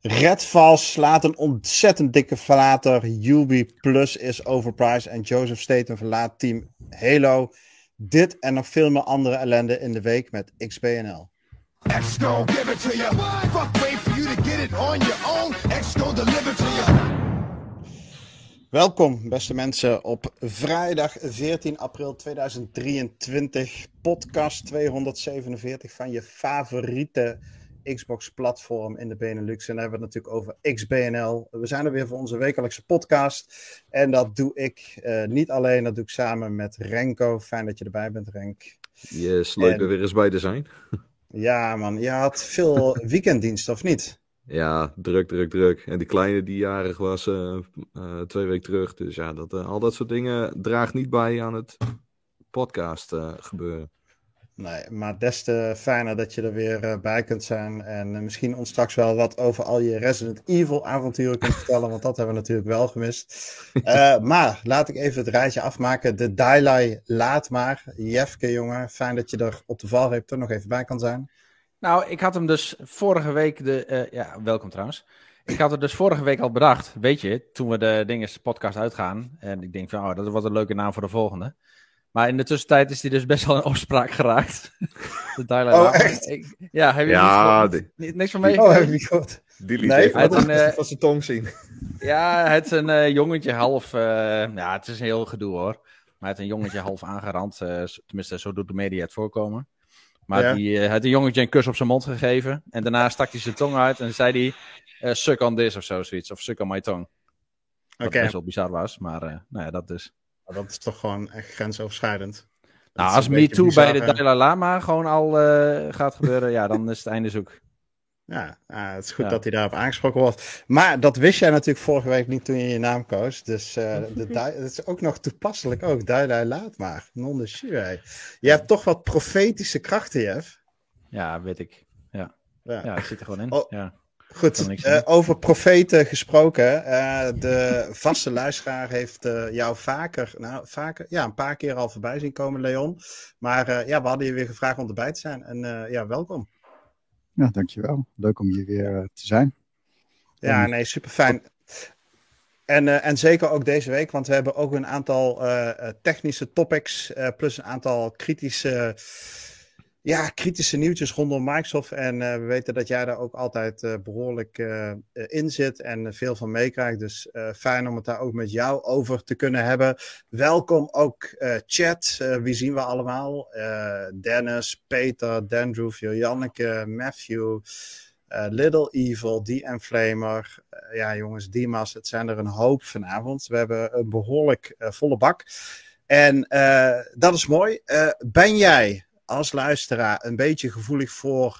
Redfall slaat een ontzettend dikke flater. Ubi Plus is overpriced. En Joseph Staten verlaat team Halo. Dit en nog veel meer andere ellende in de week met XBNL. Welkom, beste mensen, op vrijdag 14 april 2023. Podcast 247 van je favoriete Xbox-platform in de Benelux. En dan hebben we het natuurlijk over XBNL. We zijn er weer voor onze wekelijkse podcast. En dat doe ik niet alleen, dat doe ik samen met Renko. Fijn dat je erbij bent, Renk. Yes, leuk er weer eens bij te zijn. Ja man, je had veel weekenddienst, of niet? Ja, druk. En die kleine die jarig was 2 weken terug. Dus ja, al dat soort dingen draagt niet bij aan het podcast gebeuren. Nee, maar des te fijner dat je er weer bij kunt zijn. En misschien ons straks wel wat over al je Resident Evil avonturen kunt vertellen. Want dat hebben we natuurlijk wel gemist. Maar laat ik even het rijtje afmaken. De Dalai laat maar. Jefke, jongen. Fijn dat je er op de valreep toch nog even bij kan zijn. Nou, ik had hem dus vorige week... welkom trouwens. Ik had het dus vorige week al bedacht. Weet je, toen we de podcast uitgaan. En ik denk van, dat wordt een leuke naam voor de volgende. Maar in de tussentijd is hij dus best wel in opspraak geraakt. De Dalai Lama. Echt? Heb je niks van meegekregen? Heb ik niet gehoord. Die liet even van zijn tong zien. Ja, het is een jongetje half... het is een heel gedoe hoor. Maar het is een jongetje half aangerand. Tenminste, zo doet de media het voorkomen. Maar die had een jongetje een kus op zijn mond gegeven. En daarna stak hij zijn tong uit en zei hij... suck on this of zoiets. Of suck on my tongue. Wat best wel bizar was. Maar dat dus. Dat is toch gewoon echt grensoverschrijdend. Nou, als Me Too bij de Dalai Lama gewoon al gaat gebeuren, dan is het einde zoek. Ja, het is goed dat hij daarop aangesproken wordt. Maar dat wist jij natuurlijk vorige week niet toen je je naam koos. Dus het is ook nog toepasselijk ook. Dalai laat maar. Non de shui. Je hebt toch wat profetische krachten, Jeff. Ja, weet ik. Ja, het zit er gewoon in. Oh. Ja. Goed, over profeten gesproken. De vaste luisteraar heeft jou een paar keer al voorbij zien komen, Leon. Maar we hadden je weer gevraagd om erbij te zijn. En welkom. Ja, dankjewel. Leuk om hier weer te zijn. Ja, nee, super fijn. En zeker ook deze week, want we hebben ook een aantal technische topics, plus een aantal kritische nieuwtjes rondom Microsoft. En we weten dat jij daar ook altijd behoorlijk in zit en veel van meekrijgt. Dus fijn om het daar ook met jou over te kunnen hebben. Welkom ook chat. Wie zien we allemaal? Dennis, Peter, Dandrew, Janneke, Matthew, Little Evil, D.M. Flamer. Jongens, Dimas, het zijn er een hoop vanavond. We hebben een behoorlijk volle bak. En dat is mooi. Ben jij als luisteraar een beetje gevoelig voor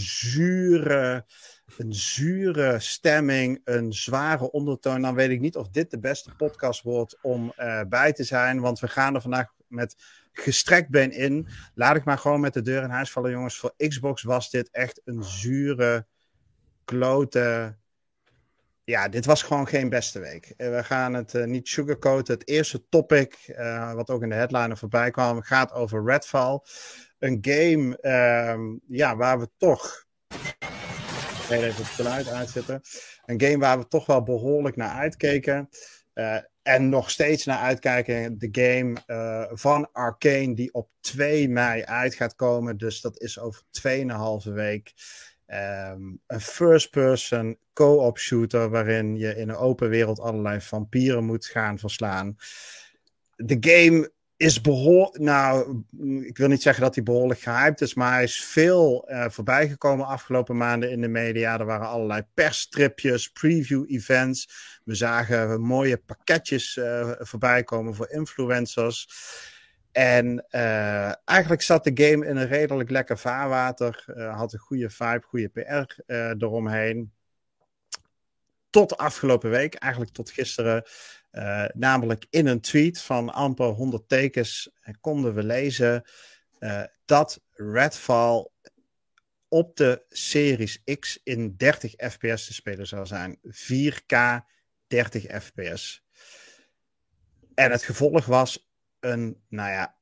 een zure stemming, een zware ondertoon, dan weet ik niet of dit de beste podcast wordt om bij te zijn. Want we gaan er vandaag met gestrekt been in. Laat ik maar gewoon met de deur in huis vallen, jongens. Voor Xbox was dit echt een zure, klote... Ja, dit was gewoon geen beste week. We gaan het niet sugarcoaten. Het eerste topic, wat ook in de headliner voorbij kwam, gaat over Redfall. Een game waar we toch... Even het geluid uitzetten. Een game waar we toch wel behoorlijk naar uitkeken. En nog steeds naar uitkijken. De game van Arcane die op 2 mei uit gaat komen. Dus dat is over 2,5 week. Een first-person co-op shooter waarin je in een open wereld allerlei vampieren moet gaan verslaan. De game is ik wil niet zeggen dat hij behoorlijk gehyped is, maar hij is veel voorbij gekomen afgelopen maanden in de media. Er waren allerlei persstripjes, preview-events. We zagen mooie pakketjes voorbij komen voor influencers. En eigenlijk zat de game in een redelijk lekker vaarwater. Had een goede vibe, goede PR eromheen. Tot afgelopen week, eigenlijk tot gisteren. Namelijk in een tweet van amper 100 tekens konden we lezen dat Redfall op de Series X in 30 fps te spelen zou zijn. 4K 30 fps. En het gevolg was een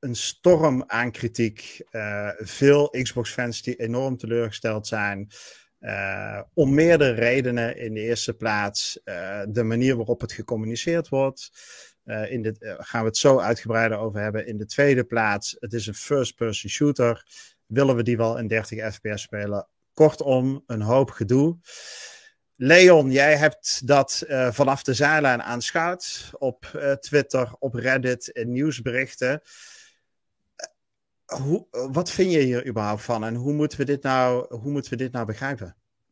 storm aan kritiek. Veel Xbox-fans die enorm teleurgesteld zijn. Om meerdere redenen. In de eerste plaats de manier waarop het gecommuniceerd wordt. Gaan we het zo uitgebreider over hebben. In de tweede plaats, het is een first-person shooter. Willen we die wel in 30 fps spelen? Kortom, een hoop gedoe. Leon, jij hebt dat vanaf de zijlijn aanschouwd. Op Twitter, op Reddit, in nieuwsberichten. Wat vind je hier überhaupt van? En hoe moeten we dit nou begrijpen?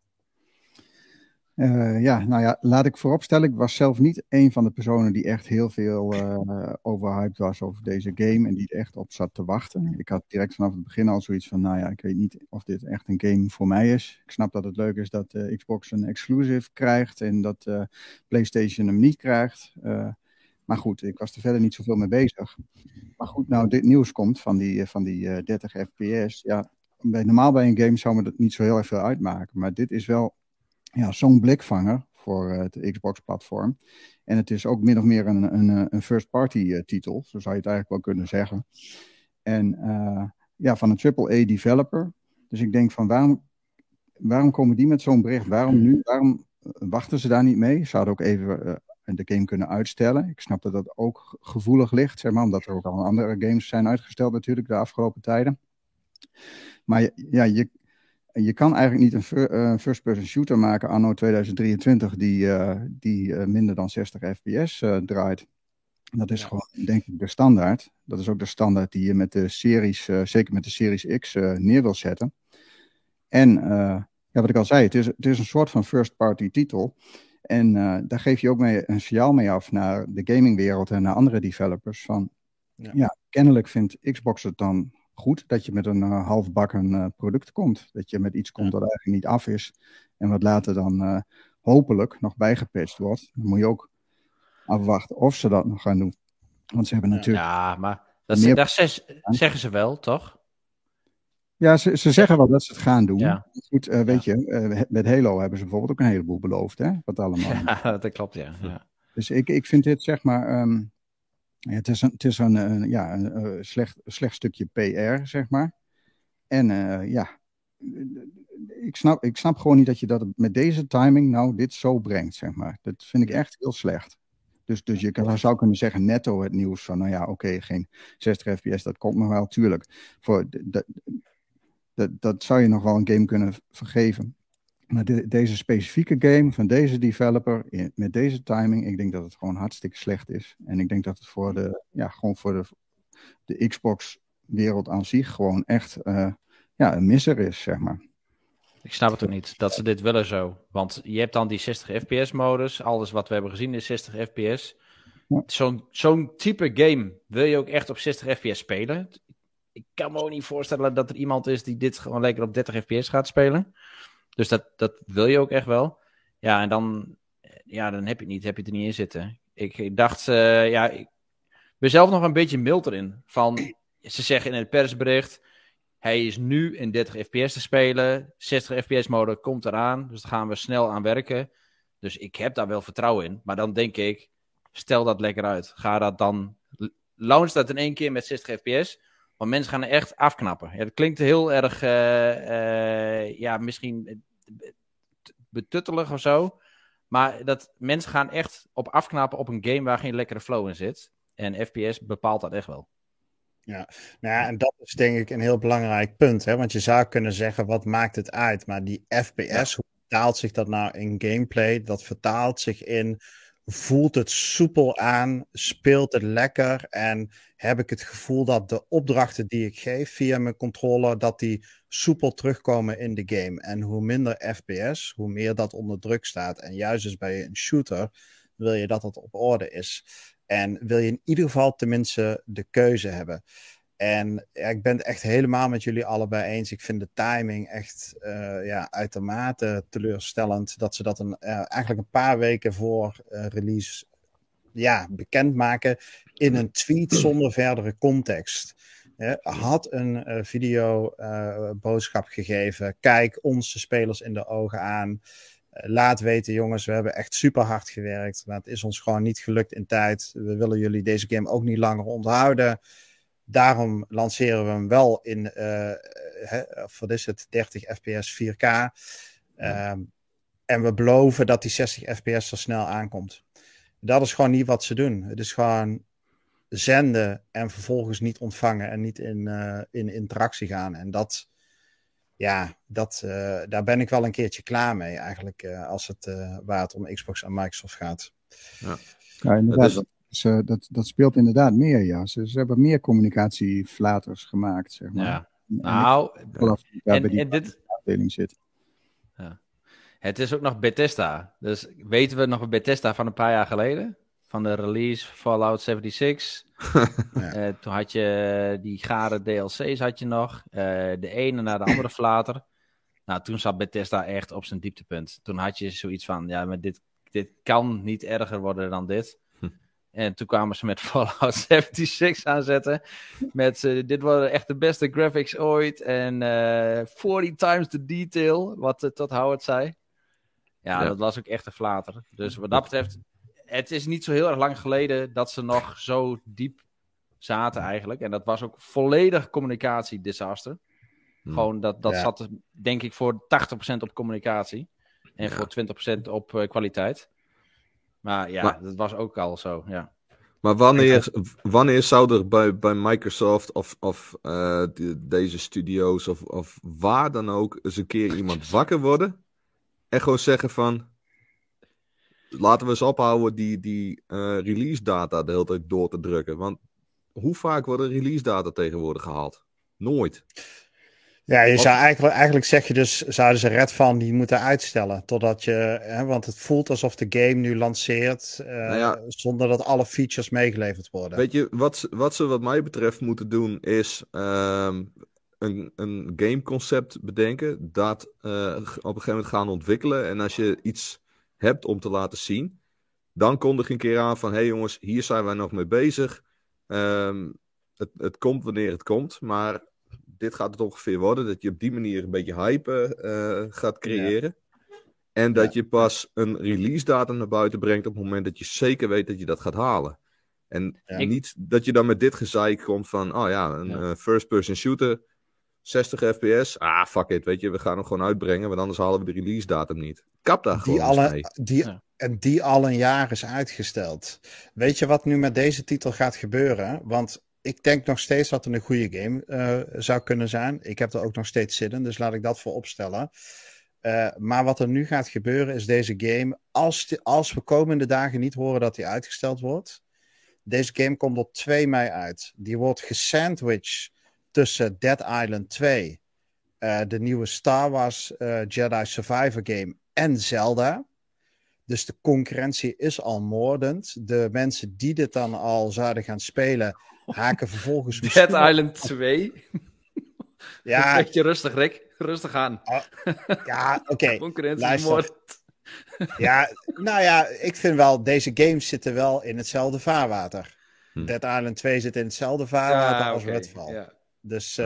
Laat ik vooropstellen, ik was zelf niet een van de personen die echt heel veel overhyped was over deze game en die er echt op zat te wachten. Ik had direct vanaf het begin al zoiets van, ik weet niet of dit echt een game voor mij is. Ik snap dat het leuk is dat Xbox een exclusive krijgt en dat PlayStation hem niet krijgt. Maar goed, ik was er verder niet zoveel mee bezig. Maar goed, nou dit nieuws komt van die 30 fps. Ja, normaal bij een game zou me dat niet zo heel erg veel uitmaken. Maar dit is wel zo'n blikvanger voor het Xbox-platform. En het is ook min of meer een first-party titel. Zo zou je het eigenlijk wel kunnen zeggen. En van een AAA-developer. Dus ik denk van waarom komen die met zo'n bericht? Waarom nu? Waarom wachten ze daar niet mee? Ze hadden ook even de game kunnen uitstellen. Ik snap dat dat ook gevoelig ligt, zeg maar, omdat er ook al andere games zijn uitgesteld natuurlijk de afgelopen tijden. Maar ja, je kan eigenlijk niet een first-person shooter maken anno 2023 die minder dan 60 fps draait. Dat is gewoon, denk ik, de standaard. Dat is ook de standaard die je met de series, zeker met de Series X, neer wil zetten. En wat ik al zei, het is een soort van first-party titel. En daar geef je ook mee een signaal mee af naar de gamingwereld en naar andere developers. Van, kennelijk vindt Xbox het dan goed dat je met een halfbakken product komt. Dat je met iets komt dat eigenlijk niet af is. En wat later dan hopelijk nog bijgepatcht wordt. Dan moet je ook afwachten of ze dat nog gaan doen. Want ze hebben natuurlijk... Ja, maar daar zeggen ze wel, toch? Ja, ze zeggen wel dat ze het gaan doen. Ja. Goed, met Halo hebben ze bijvoorbeeld ook een heleboel beloofd, hè? Wat allemaal. Ja, dat klopt, ja. Dus ik vind dit, zeg maar... het is een slecht stukje PR, zeg maar. En ik snap gewoon niet dat je dat met deze timing nou dit zo brengt, zeg maar. Dat vind ik echt heel slecht. Dus je zou kunnen zeggen netto het nieuws van, geen 60 fps, dat komt nog wel, tuurlijk. Dat zou je nog wel een game kunnen vergeven. Maar deze specifieke game van deze developer, met deze timing, ik denk dat het gewoon hartstikke slecht is. En ik denk dat het voor de Xbox-wereld aan zich gewoon echt een misser is, zeg maar. Ik snap het ook niet, dat ze dit willen zo. Want je hebt dan die 60 fps-modus. Alles wat we hebben gezien is 60 fps. Ja. Zo'n type game wil je ook echt op 60 fps spelen. Ik kan me ook niet voorstellen dat er iemand is die dit gewoon lekker op 30 fps gaat spelen. Dus dat wil je ook echt wel. Ja, en dan heb je het er niet in zitten. Ik dacht, ik ben zelf nog een beetje mild erin. Ze zeggen in het persbericht, hij is nu in 30 fps te spelen. 60 fps mode komt eraan. Dus daar gaan we snel aan werken. Dus ik heb daar wel vertrouwen in. Maar dan denk ik, stel dat lekker uit. Ga dat dan, launch dat in één keer met 60 fps. Want mensen gaan er echt afknappen. Ja, dat klinkt heel erg, misschien betuttelig of zo. Maar dat mensen gaan echt op afknappen op een game waar geen lekkere flow in zit. En FPS bepaalt dat echt wel. Ja, en dat is denk ik een heel belangrijk punt. Hè? Want je zou kunnen zeggen, wat maakt het uit? Maar die FPS, hoe vertaalt zich dat nou in gameplay? Dat vertaalt zich in, voelt het soepel aan? Speelt het lekker? En heb ik het gevoel dat de opdrachten die ik geef via mijn controller, dat die soepel terugkomen in de game? En hoe minder FPS, hoe meer dat onder druk staat. En juist dus bij een shooter wil je dat het op orde is. En wil je in ieder geval tenminste de keuze hebben. En ik ben het echt helemaal met jullie allebei eens. Ik vind de timing echt uitermate teleurstellend. Dat ze dat eigenlijk een paar weken voor release bekendmaken in een tweet zonder verdere context. Had een video boodschap gegeven. Kijk onze spelers in de ogen aan. Laat weten, jongens, we hebben echt super hard gewerkt. Maar het is ons gewoon niet gelukt in tijd. We willen jullie deze game ook niet langer onderhouden. Daarom lanceren we hem wel in 30 fps 4K. En we beloven dat die 60 fps er snel aankomt. Dat is gewoon niet wat ze doen. Het is gewoon zenden en vervolgens niet ontvangen en niet in interactie gaan. En daar ben ik wel een keertje klaar mee eigenlijk, als het waar het om Xbox en Microsoft gaat. Ja, inderdaad. Dat speelt inderdaad meer, ja. Ze hebben meer communicatieflaters gemaakt, zeg maar. Ja. Nou, en dit afdeling zit. Ja. Het is ook nog Bethesda. Dus weten we nog Bethesda van een paar jaar geleden? Van de release Fallout 76. Toen had je die gare DLC's had je nog. De ene naar de andere flater. Nou, toen zat Bethesda echt op zijn dieptepunt. Toen had je zoiets van, ja, maar dit kan niet erger worden dan dit. En toen kwamen ze met Fallout 76 aanzetten. Met dit worden echt de beste graphics ooit. En 40 times the detail, wat Todd Howard zei. Ja, dat was ook echt een flater. Dus wat dat betreft, het is niet zo heel erg lang geleden dat ze nog zo diep zaten eigenlijk. En dat was ook volledig communicatiedisaster. Gewoon dat zat denk ik voor 80% op communicatie. En voor 20% op kwaliteit. Maar dat was ook al zo, ja. Maar wanneer zou er bij Microsoft of deze studio's of waar dan ook eens een keer iemand wakker worden en gewoon zeggen van, laten we eens ophouden die release data de hele tijd door te drukken. Want hoe vaak worden release data tegenwoordig gehaald? Nooit. Ja, je zou eigenlijk zeg je dus, zouden ze Redfall die moeten uitstellen totdat want het voelt alsof de game nu lanceert zonder dat alle features meegeleverd worden. Weet je, wat ze wat mij betreft moeten doen is een gameconcept bedenken dat op een gegeven moment gaan ontwikkelen. En als je iets hebt om te laten zien, dan kondig een keer aan van, hey jongens, hier zijn wij nog mee bezig. Het komt wanneer het komt, maar dit gaat het ongeveer worden, dat je op die manier een beetje hype gaat creëren. Ja. En dat je pas een release datum naar buiten brengt op het moment dat je zeker weet dat je dat gaat halen. En niet dat je dan met dit gezeik komt van, een first-person shooter, 60 fps, fuck it, weet je, we gaan hem gewoon uitbrengen, want anders halen we de release datum niet. Kap daar gewoon mee. En die al een jaar is uitgesteld. Weet je wat nu met deze titel gaat gebeuren? Want ik denk nog steeds dat het een goede game zou kunnen zijn. Ik heb er ook nog steeds zin in, dus laat ik dat voor opstellen. Maar wat er nu gaat gebeuren is deze game, als we komende dagen niet horen dat die uitgesteld wordt. Deze game komt op 2 mei uit. Die wordt gesandwiched tussen Dead Island 2, de nieuwe Star Wars Jedi Survivor game en Zelda. Dus de concurrentie is al moordend. De mensen die dit dan al zouden gaan spelen, haken vervolgens Dead Island 2. Ja. Beetje rustig, Rick. Rustig aan. Ja, oké. Concurrentie is moord. Ja, nou ja, ik vind wel, deze games zitten wel in hetzelfde vaarwater. Dead Island 2 zit in hetzelfde vaarwater als Redfall. Ja. Dus,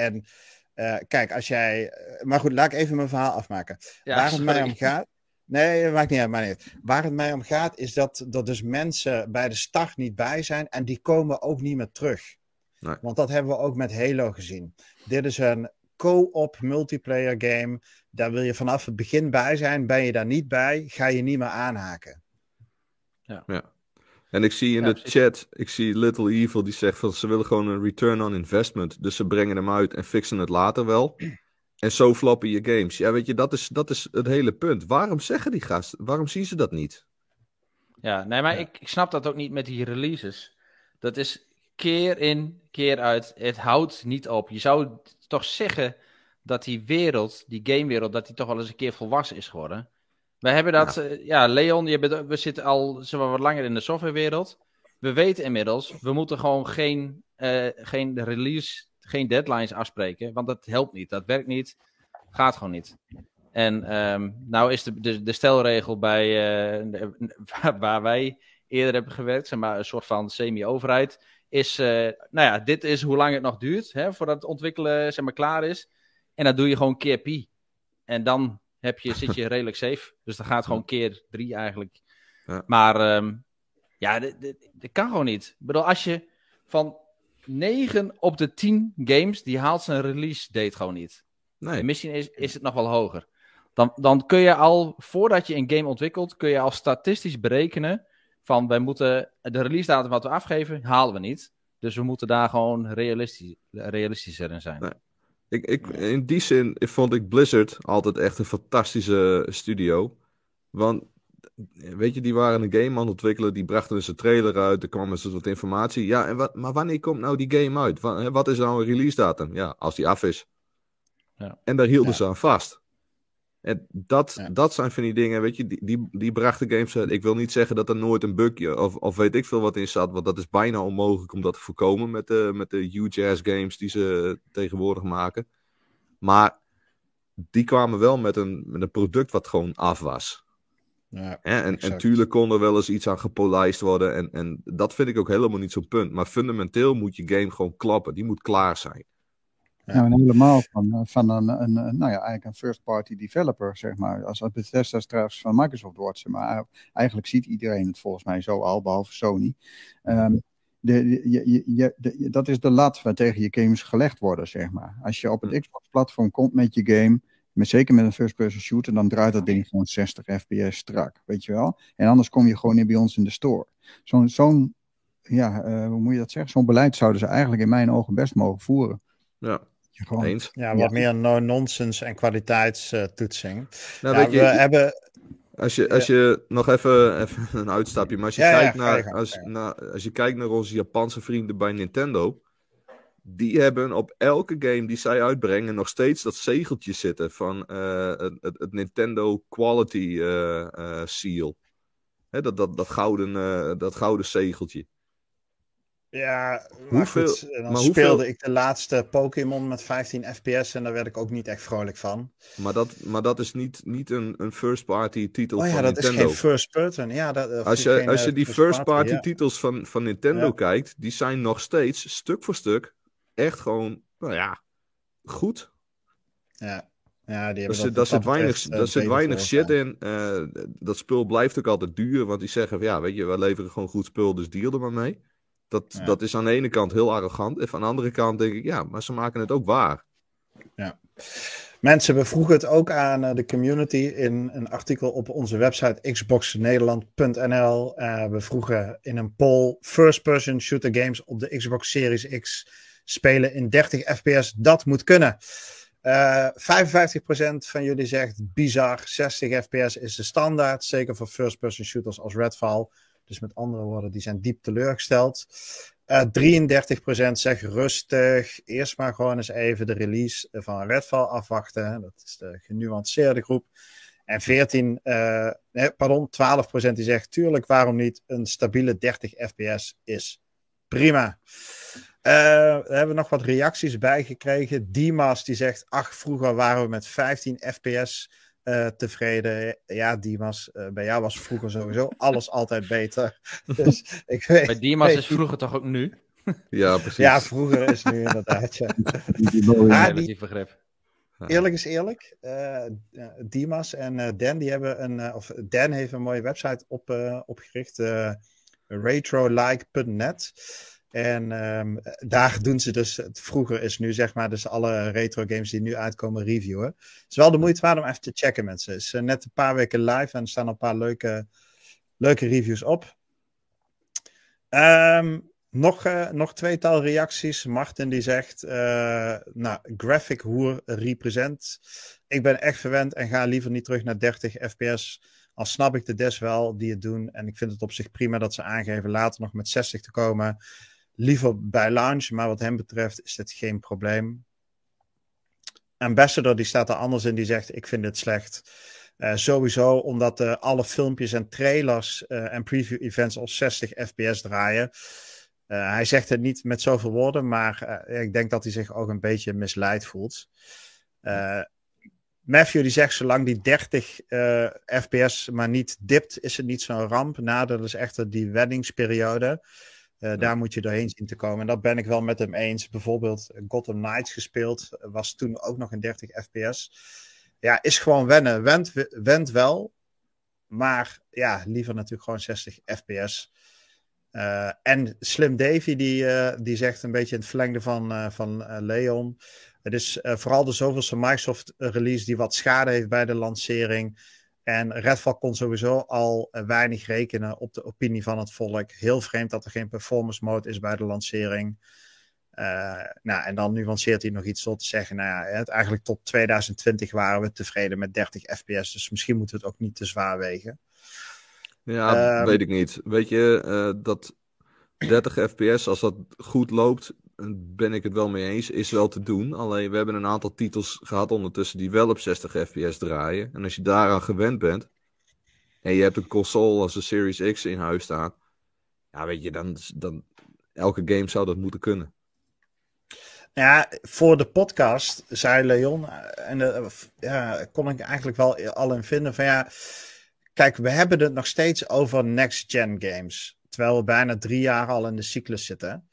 kijk, als jij... Maar goed, laat ik even mijn verhaal afmaken. Ja, waar het mij om gaat... Nee, dat maakt niet uit. Waar het mij om gaat, is dat er dus mensen bij de start niet bij zijn en die komen ook niet meer terug. Nee. Want dat hebben we ook met Halo gezien. Dit is een co-op multiplayer game. Daar wil je vanaf het begin bij zijn. Ben je daar niet bij, ga je niet meer aanhaken. Ja. En ik zie in de chat, ik zie Little Evil die zegt van ze willen gewoon een return on investment. Dus ze brengen hem uit en fixen het later wel. En zo floppen je games. Ja, weet je, dat is het hele punt. Waarom zeggen die gasten? Waarom zien ze dat niet? Ja, nee, maar ik snap dat ook niet met die releases. Dat is keer in, keer uit. Het houdt niet op. Je zou toch zeggen dat die wereld, die gamewereld, dat die toch wel eens een keer volwassen is geworden. We hebben dat... Leon, we zitten al wat langer in de softwarewereld. We weten inmiddels, we moeten gewoon geen release... geen deadlines afspreken, want dat helpt niet. Dat werkt niet. Gaat gewoon niet. En nou is de stelregel bij waar wij eerder hebben gewerkt, zeg maar een soort van semi-overheid, is, dit is hoe lang het nog duurt, voordat het ontwikkelen zeg maar klaar is. En dat doe je gewoon keer pi. En dan zit je redelijk safe. Dus dan gaat gewoon keer 3 eigenlijk. Ja. Maar dat kan gewoon niet. Ik bedoel, als je van 9 op de 10 games, die haalt zijn release date gewoon niet. Nee. En misschien is het nog wel hoger. Dan kun je al, voordat je een game ontwikkelt, kun je al statistisch berekenen van, wij moeten de release datum wat we afgeven, halen we niet. Dus we moeten daar gewoon realistischer in zijn. Nee. In die zin vond ik Blizzard altijd echt een fantastische studio. Want, weet je, die waren een game aan het ontwikkelen, die brachten dus een trailer uit, er kwam dus wat informatie. Ja, maar wanneer komt nou die game uit? Wat is nou een release datum? Ja, als die af is. Ja. En daar hielden ze aan vast. En dat zijn van die dingen, weet je, die brachten games uit. Ik wil niet zeggen dat er nooit een bugje of weet ik veel wat in zat, want dat is bijna onmogelijk om dat te voorkomen met de huge-ass games die ze tegenwoordig maken. Maar die kwamen wel met een product wat gewoon af was. Ja, en tuurlijk kon er wel eens iets aan gepolijst worden en dat vind ik ook helemaal niet zo'n punt. Maar fundamenteel moet je game gewoon klappen, die moet klaar zijn. Ja. Nou, en helemaal van eigenlijk een first-party developer, zeg maar. Als Bethesda straks van Microsoft wordt, zeg maar. Eigenlijk ziet iedereen het volgens mij zo al, behalve Sony. Dat is de lat waar tegen je games gelegd worden, zeg maar. Als je op het Xbox-platform komt met je game, zeker met een first-person shooter, dan draait dat ding gewoon 60 fps strak, weet je wel. En anders kom je gewoon niet bij ons in de store. Hoe moet je dat zeggen? Zo'n beleid zouden ze eigenlijk in mijn ogen best mogen voeren. Ja. Gewoon, eens. Ja, wat meer no-nonsense en kwaliteitstoetsing. Nou, weet je, hebben... Als je nog even een uitstapje, maar als je kijkt naar onze Japanse vrienden bij Nintendo, die hebben op elke game die zij uitbrengen nog steeds dat zegeltje zitten van het Nintendo Quality Seal. Dat gouden zegeltje. Ja, dan speelde ik de laatste Pokémon met 15 fps en daar werd ik ook niet echt vrolijk van. Maar dat is niet een first-party titel van dat Nintendo. Is geen first-person. Ja, als je die first-party titels van Nintendo kijkt, die zijn nog steeds, stuk voor stuk, echt gewoon, goed. Ja. Ja, daar zit weinig shit in. Dat spul blijft ook altijd duur, want die zeggen van, weet je, we leveren gewoon goed spul, dus deal er maar mee. Dat is aan de ene kant heel arrogant. En aan de andere kant denk ik, maar ze maken het ook waar. Ja. Mensen, we vroegen het ook aan de community in een artikel op onze website xboxnederland.nl. We vroegen in een poll first-person shooter games op de Xbox Series X spelen in 30 fps. Dat moet kunnen. 55% van jullie zegt bizar. 60 fps is de standaard. Zeker voor first-person shooters als Redfall. Dus met andere woorden, die zijn diep teleurgesteld. 33% zegt rustig. Eerst maar gewoon eens even de release van Redfall afwachten. Dat is de genuanceerde groep. En 12% die zegt, tuurlijk, waarom niet? Een stabiele 30 fps is prima. Daar hebben we nog wat reacties bij gekregen. Dimas die zegt, vroeger waren we met 15 fps tevreden. Ja, Dimas, bij jou was vroeger sowieso alles altijd beter. Dus bij Dimas is vroeger toch ook nu? Ja, precies. Ja, vroeger is nu inderdaad. Ja. Begrip. Eerlijk is eerlijk. Dimas en Dan, die hebben Dan heeft een mooie website opgericht. retrolike.net. En daar doen ze dus, vroeger is nu zeg maar, dus alle retro games die nu uitkomen reviewen. Het is wel de moeite waard om even te checken, mensen. Het is net een paar weken live en er staan een paar leuke reviews op. Nog tweetal reacties. Martin die zegt, graphic hoer represent. Ik ben echt verwend en ga liever niet terug naar 30 fps. Al snap ik de des wel die het doen. En ik vind het op zich prima dat ze aangeven later nog met 60 te komen. Liever bij launch, maar wat hem betreft is dit geen probleem. Ambassador die staat er anders in, die zegt ik vind dit slecht. Sowieso omdat alle filmpjes en trailers en preview events op 60 fps draaien. Hij zegt het niet met zoveel woorden, maar ik denk dat hij zich ook een beetje misleid voelt. Matthew die zegt, zolang die 30 fps maar niet dipt, is het niet zo'n ramp. Nadeel is echter die wenningsperiode. Daar moet je doorheen zien te komen. En dat ben ik wel met hem eens. Bijvoorbeeld Gotham Knights gespeeld, was toen ook nog in 30 fps. Ja, is gewoon wennen. Went wel, maar ja, liever natuurlijk gewoon 60 fps. En Slim Davy die zegt een beetje in het verlengde van Leon. Het is vooral de zoveelste Microsoft release die wat schade heeft bij de lancering. En Redfall kon sowieso al weinig rekenen op de opinie van het volk. Heel vreemd dat er geen performance mode is bij de lancering. En dan nuanceert hij nog iets door te zeggen. Nou ja, eigenlijk tot 2020 waren we tevreden met 30 fps. Dus misschien moeten we het ook niet te zwaar wegen. Ja, weet ik niet. Weet je, dat 30 fps, als dat goed loopt, ben ik het wel mee eens, is wel te doen. Alleen, we hebben een aantal titels gehad ondertussen die wel op 60 fps draaien. En als je daaraan gewend bent, en je hebt een console als de Series X in huis staan, ja, weet je, dan elke game zou dat moeten kunnen. Ja, voor de podcast, zei Leon, en kon ik eigenlijk wel al in vinden van ja, kijk, we hebben het nog steeds over next-gen games. Terwijl we bijna 3 jaar al in de cyclus zitten.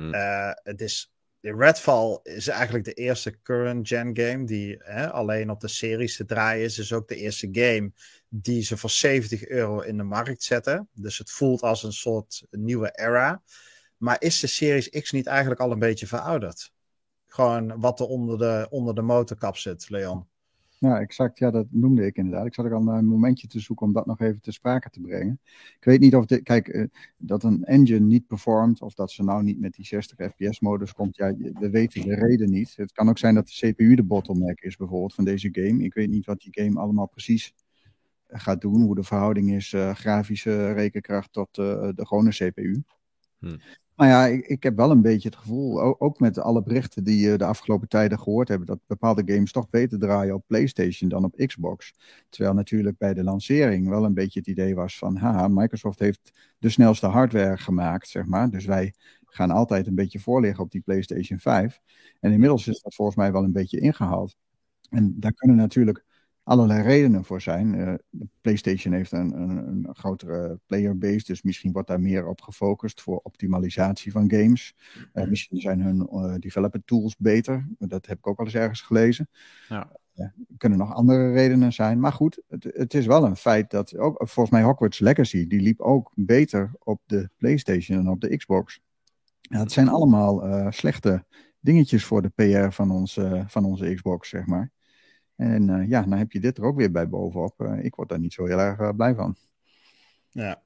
Redfall is eigenlijk de eerste current-gen game die alleen op de series te draaien is. Dus ook de eerste game die ze voor €70 in de markt zetten. Dus het voelt als een soort nieuwe era. Maar is de Series X niet eigenlijk al een beetje verouderd? Gewoon wat er onder de motorkap zit, Leon. Ja, exact. Ja, dat noemde ik inderdaad. Ik zat ook al naar een momentje te zoeken om dat nog even te sprake te brengen. Ik weet niet of dat een engine niet performt of dat ze nou niet met die 60 fps-modus komt. Ja, we weten de reden niet. Het kan ook zijn dat de CPU de bottleneck is bijvoorbeeld van deze game. Ik weet niet wat die game allemaal precies gaat doen. Hoe de verhouding is grafische rekenkracht tot de gewone CPU. Maar ja, ik heb wel een beetje het gevoel, ook met alle berichten die je de afgelopen tijden gehoord hebben, dat bepaalde games toch beter draaien op PlayStation dan op Xbox. Terwijl natuurlijk bij de lancering wel een beetje het idee was van, haha, Microsoft heeft de snelste hardware gemaakt, zeg maar. Dus wij gaan altijd een beetje voorliggen op die PlayStation 5. En inmiddels is dat volgens mij wel een beetje ingehaald. En daar kunnen natuurlijk allerlei redenen voor zijn. De PlayStation heeft een grotere playerbase, dus misschien wordt daar meer op gefocust voor optimalisatie van games. Misschien zijn hun developer tools beter. Dat heb ik ook al eens ergens gelezen. Ja. Er kunnen nog andere redenen zijn. Maar goed, het is wel een feit dat ook, volgens mij Hogwarts Legacy, die liep ook beter op de PlayStation dan op de Xbox. Ja, het zijn allemaal slechte dingetjes voor de PR van onze Xbox, zeg maar. En dan heb je dit er ook weer bij bovenop. Ik word daar niet zo heel erg blij van. Ja.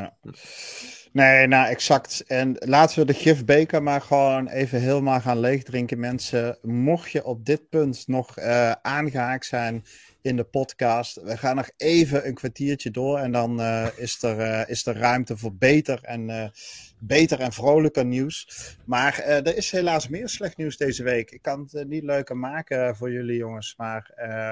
Nee, nou exact. En laten we de gifbeker maar gewoon even helemaal gaan leegdrinken, mensen. Mocht je op dit punt nog aangehaakt zijn in de podcast, we gaan nog even een kwartiertje door en dan is er ruimte voor beter en vrolijker nieuws. Maar er is helaas meer slecht nieuws deze week. Ik kan het niet leuker maken voor jullie jongens, maar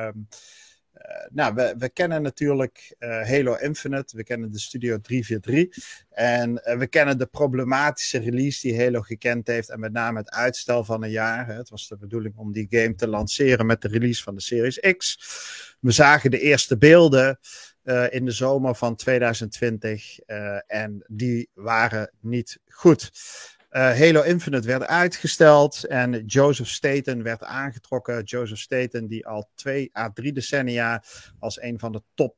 we kennen natuurlijk Halo Infinite, we kennen de Studio 343 en we kennen de problematische release die Halo gekend heeft en met name het uitstel van een jaar. Het was de bedoeling om die game te lanceren met de release van de Series X. We zagen de eerste beelden in de zomer van 2020 en die waren niet goed. Halo Infinite werd uitgesteld en Joseph Staten werd aangetrokken. Joseph Staten die al 2 à 3 decennia als een van de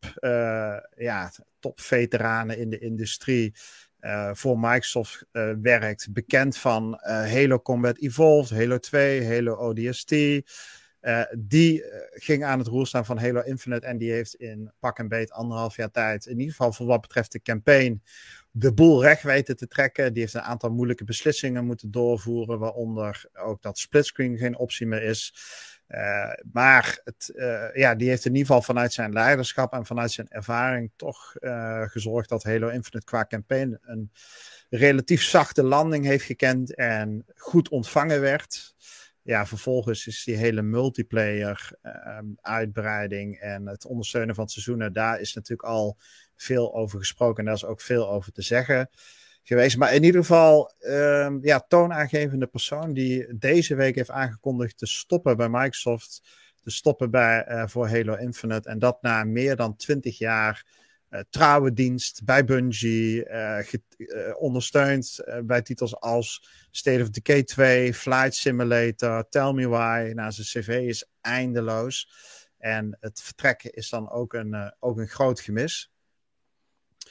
top veteranen in de industrie voor Microsoft werkt. Bekend van Halo Combat Evolved, Halo 2, Halo ODST. Die ging aan het roer staan van Halo Infinite en die heeft in pak en beet 1,5 jaar tijd, in ieder geval voor wat betreft de campaign, de boel recht weten te trekken. Die heeft een aantal moeilijke beslissingen moeten doorvoeren, waaronder ook dat splitscreen geen optie meer is. Maar die heeft in ieder geval vanuit zijn leiderschap en vanuit zijn ervaring toch gezorgd dat Halo Infinite qua campaign een relatief zachte landing heeft gekend en goed ontvangen werd. Ja, vervolgens is die hele multiplayer uitbreiding en het ondersteunen van seizoenen, daar is natuurlijk al veel over gesproken en daar is ook veel over te zeggen geweest. Maar in ieder geval, toonaangevende persoon die deze week heeft aangekondigd te stoppen bij Microsoft, te stoppen voor Halo Infinite en dat na meer dan 20 jaar trouwe dienst bij Bungie, ondersteund bij titels als State of Decay 2, Flight Simulator, Tell Me Why. Nou, zijn cv is eindeloos. En het vertrekken is dan ook een groot gemis.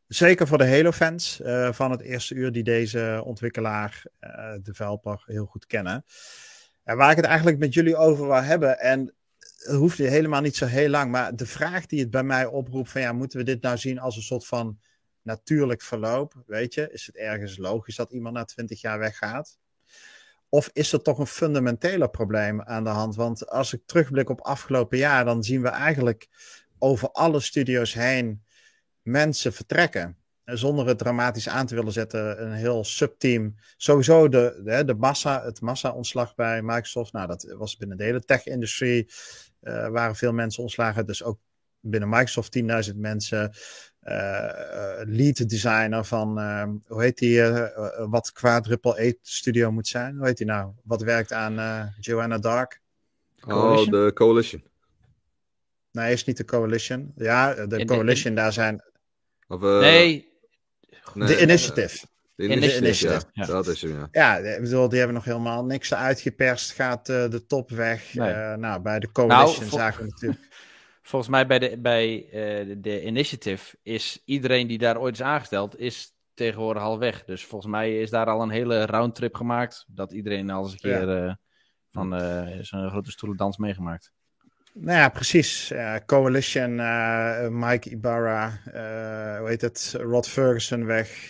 Zeker voor de Halo-fans van het eerste uur die deze ontwikkelaar, developer, heel goed kennen. En waar ik het eigenlijk met jullie over wil hebben, en het hoeft helemaal niet zo heel lang, maar de vraag die het bij mij oproept van moeten we dit nou zien als een soort van natuurlijk verloop? Weet je, is het ergens logisch dat iemand na 20 jaar weggaat? Of is er toch een fundamenteler probleem aan de hand? Want als ik terugblik op afgelopen jaar, dan zien we eigenlijk over alle studio's heen mensen vertrekken. Zonder het dramatisch aan te willen zetten, een heel subteam. Sowieso het massa-ontslag bij Microsoft. Nou, dat was binnen de hele tech-industrie. Waren veel mensen ontslagen. Dus ook binnen Microsoft 10.000 mensen. Lead designer van, hoe heet die, wat Quadruple 8 studio moet zijn. Hoe heet die nou? Wat werkt aan Joanna Dark? Oh, de Coalition. Nee, is niet de Coalition. Ja, de Coalition, daar zijn... Of, nee. De Initiative. De Initiative, ja. Ja. Dat is hem, ja. Ja, ik bedoel, die hebben nog helemaal niks uitgeperst. Gaat de top weg. Nee. Bij de Coalition zagen we natuurlijk... Volgens mij bij de Initiative is iedereen die daar ooit is aangesteld, is tegenwoordig al weg. Dus volgens mij is daar al een hele roundtrip gemaakt. Dat iedereen al eens een keer van zo'n grote stoelendans meegemaakt. Nou ja, precies. Coalition, Mike Ibarra, hoe heet het? Rod Ferguson weg.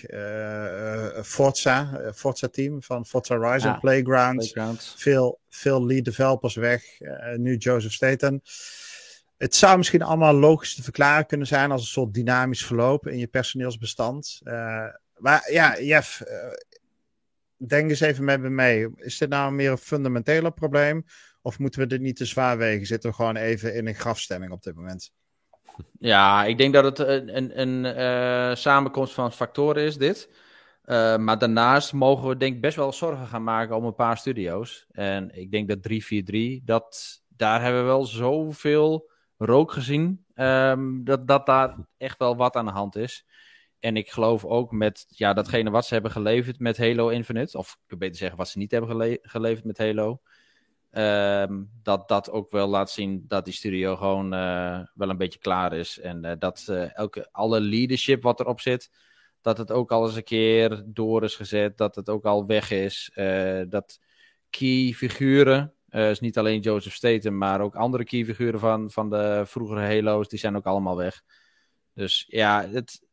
Forza team van Forza Horizon, Playgrounds. Veel lead developers weg. Nu Joseph Staten. Het zou misschien allemaal logisch te verklaren kunnen zijn als een soort dynamisch verloop in je personeelsbestand. Maar ja, Jeff, denk eens even met me mee. Is dit nou meer een fundamenteler probleem? Of moeten we dit niet te zwaar wegen? Zitten we gewoon even in een grafstemming op dit moment? Ja, ik denk dat het een samenkomst van factoren is, dit. Maar daarnaast mogen we denk ik best wel zorgen gaan maken om een paar studio's. En ik denk dat 343, daar hebben we wel zoveel rook gezien, dat daar echt wel wat aan de hand is. En ik geloof ook met datgene wat ze hebben geleverd met Halo Infinite, of ik kan beter zeggen wat ze niet hebben geleverd met Halo, dat ook wel laat zien dat die studio gewoon wel een beetje klaar is. En dat alle leadership wat erop zit, dat het ook al eens een keer door is gezet, dat het ook al weg is. Dat key figuren, is niet alleen Joseph Staten, maar ook andere key figuren van de vroegere Halo's, die zijn ook allemaal weg. Dus ja,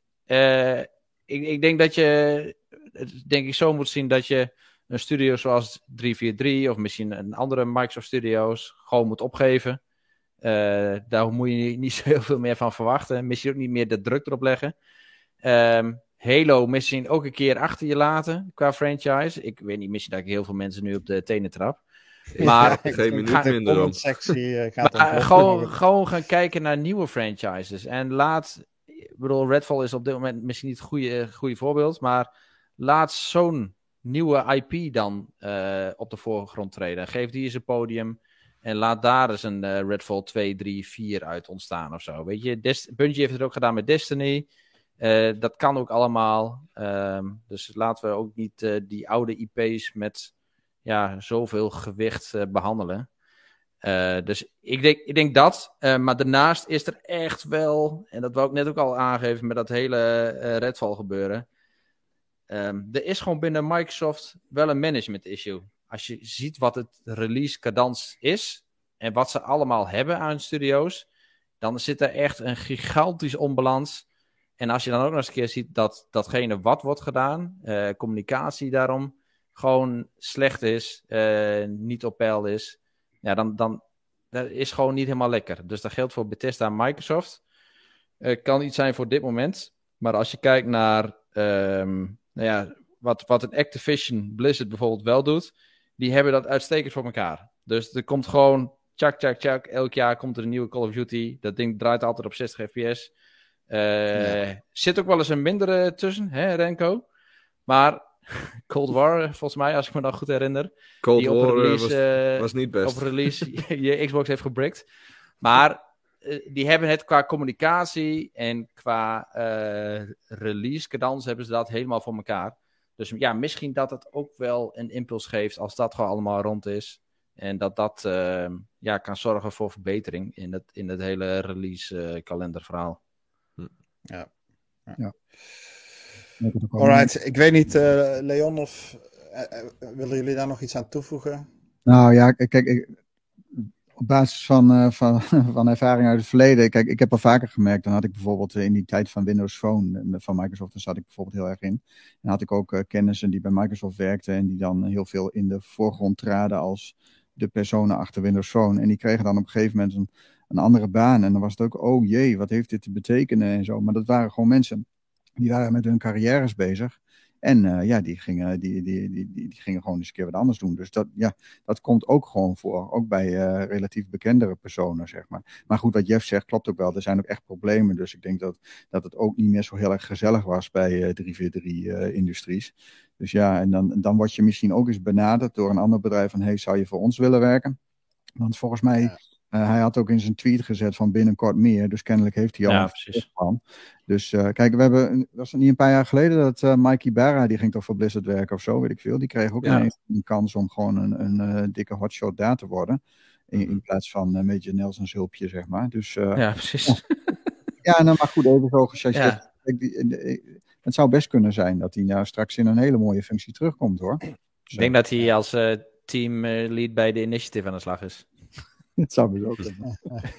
ik denk dat je het denk ik zo moet zien dat je een studio zoals 343 of misschien een andere Microsoft Studios gewoon moet opgeven. Daar moet je niet zo heel veel meer van verwachten. Misschien ook niet meer de druk erop leggen. Halo misschien ook een keer achter je laten qua franchise. Ik weet niet, misschien dat ik heel veel mensen nu op de tenen trap. Maar geen minuut minder dan. Gewoon gaan kijken naar nieuwe franchises. En ik bedoel, Redfall is op dit moment misschien niet het goede voorbeeld, maar laat zo'n nieuwe IP dan op de voorgrond treden. Geef die eens een podium en laat daar eens een Redfall 2, 3, 4 uit ontstaan of zo. Weet je, Bungie heeft het ook gedaan met Destiny. Dat kan ook allemaal. Dus laten we ook niet die oude IP's met zoveel gewicht behandelen. Dus ik denk dat. Maar daarnaast is er echt wel, en dat wou ik net ook al aangeven met dat hele Redfall gebeuren. Er is gewoon binnen Microsoft wel een management issue. Als je ziet wat het release cadans is en wat ze allemaal hebben aan studio's, dan zit er echt een gigantisch onbalans. En als je dan ook nog eens een keer ziet dat datgene wat wordt gedaan, communicatie daarom, gewoon slecht is, niet op peil is, ja, dan dat is gewoon niet helemaal lekker. Dus dat geldt voor Bethesda en Microsoft. Kan iets zijn voor dit moment. Maar als je kijkt naar wat een Activision Blizzard bijvoorbeeld wel doet, die hebben dat uitstekend voor elkaar. Dus er komt gewoon tjak. Elk jaar komt er een nieuwe Call of Duty. Dat ding draait altijd op 60 fps. Zit ook wel eens een mindere tussen, hè, Renko? Maar Cold War, volgens mij, als ik me dan goed herinner. Cold War was niet best. Op release je Xbox heeft gebrikt. Maar die hebben het qua communicatie en qua release cadans hebben ze dat helemaal voor elkaar. Dus ja, misschien dat het ook wel een impuls geeft als dat gewoon allemaal rond is. En dat kan zorgen voor verbetering in het hele release kalenderverhaal. Ja. Alright, ik weet niet, Leon of willen jullie daar nog iets aan toevoegen? Nou ja, kijk, op basis van ervaring uit het verleden, kijk, ik heb al vaker gemerkt, dan had ik bijvoorbeeld in die tijd van Windows Phone van Microsoft, daar zat ik bijvoorbeeld heel erg in. En had ik ook kennissen die bij Microsoft werkten en die dan heel veel in de voorgrond traden als de personen achter Windows Phone. En die kregen dan op een gegeven moment een andere baan. En dan was het ook, oh jee, wat heeft dit te betekenen en zo. Maar dat waren gewoon mensen die waren met hun carrières bezig. En die gingen gewoon eens een keer wat anders doen. Dus dat komt ook gewoon voor. Ook bij relatief bekendere personen, zeg maar. Maar goed, wat Jeff zegt klopt ook wel. Er zijn ook echt problemen. Dus ik denk dat het ook niet meer zo heel erg gezellig was bij 343-industries. Dus ja, en dan word je misschien ook eens benaderd door een ander bedrijf van, hey, zou je voor ons willen werken? Want volgens mij... Ja. Hij had ook in zijn tweet gezet van binnenkort meer. Dus kennelijk heeft hij al een plan. Dus kijk, was het niet een paar jaar geleden dat Mike Ibarra, die ging toch voor Blizzard werken of zo, weet ik veel. Die kreeg ook een kans om gewoon een dikke hotshot daar te worden. In plaats van Major Nelson's hulpje, zeg maar. Dus, ja, precies. Ja, nou, maar goed, even zo gechargeerd. Het zou best kunnen zijn dat hij nou straks in een hele mooie functie terugkomt, hoor. Ik denk dat hij als teamlead bij de Initiative aan de slag is. Het zou dus ook zijn.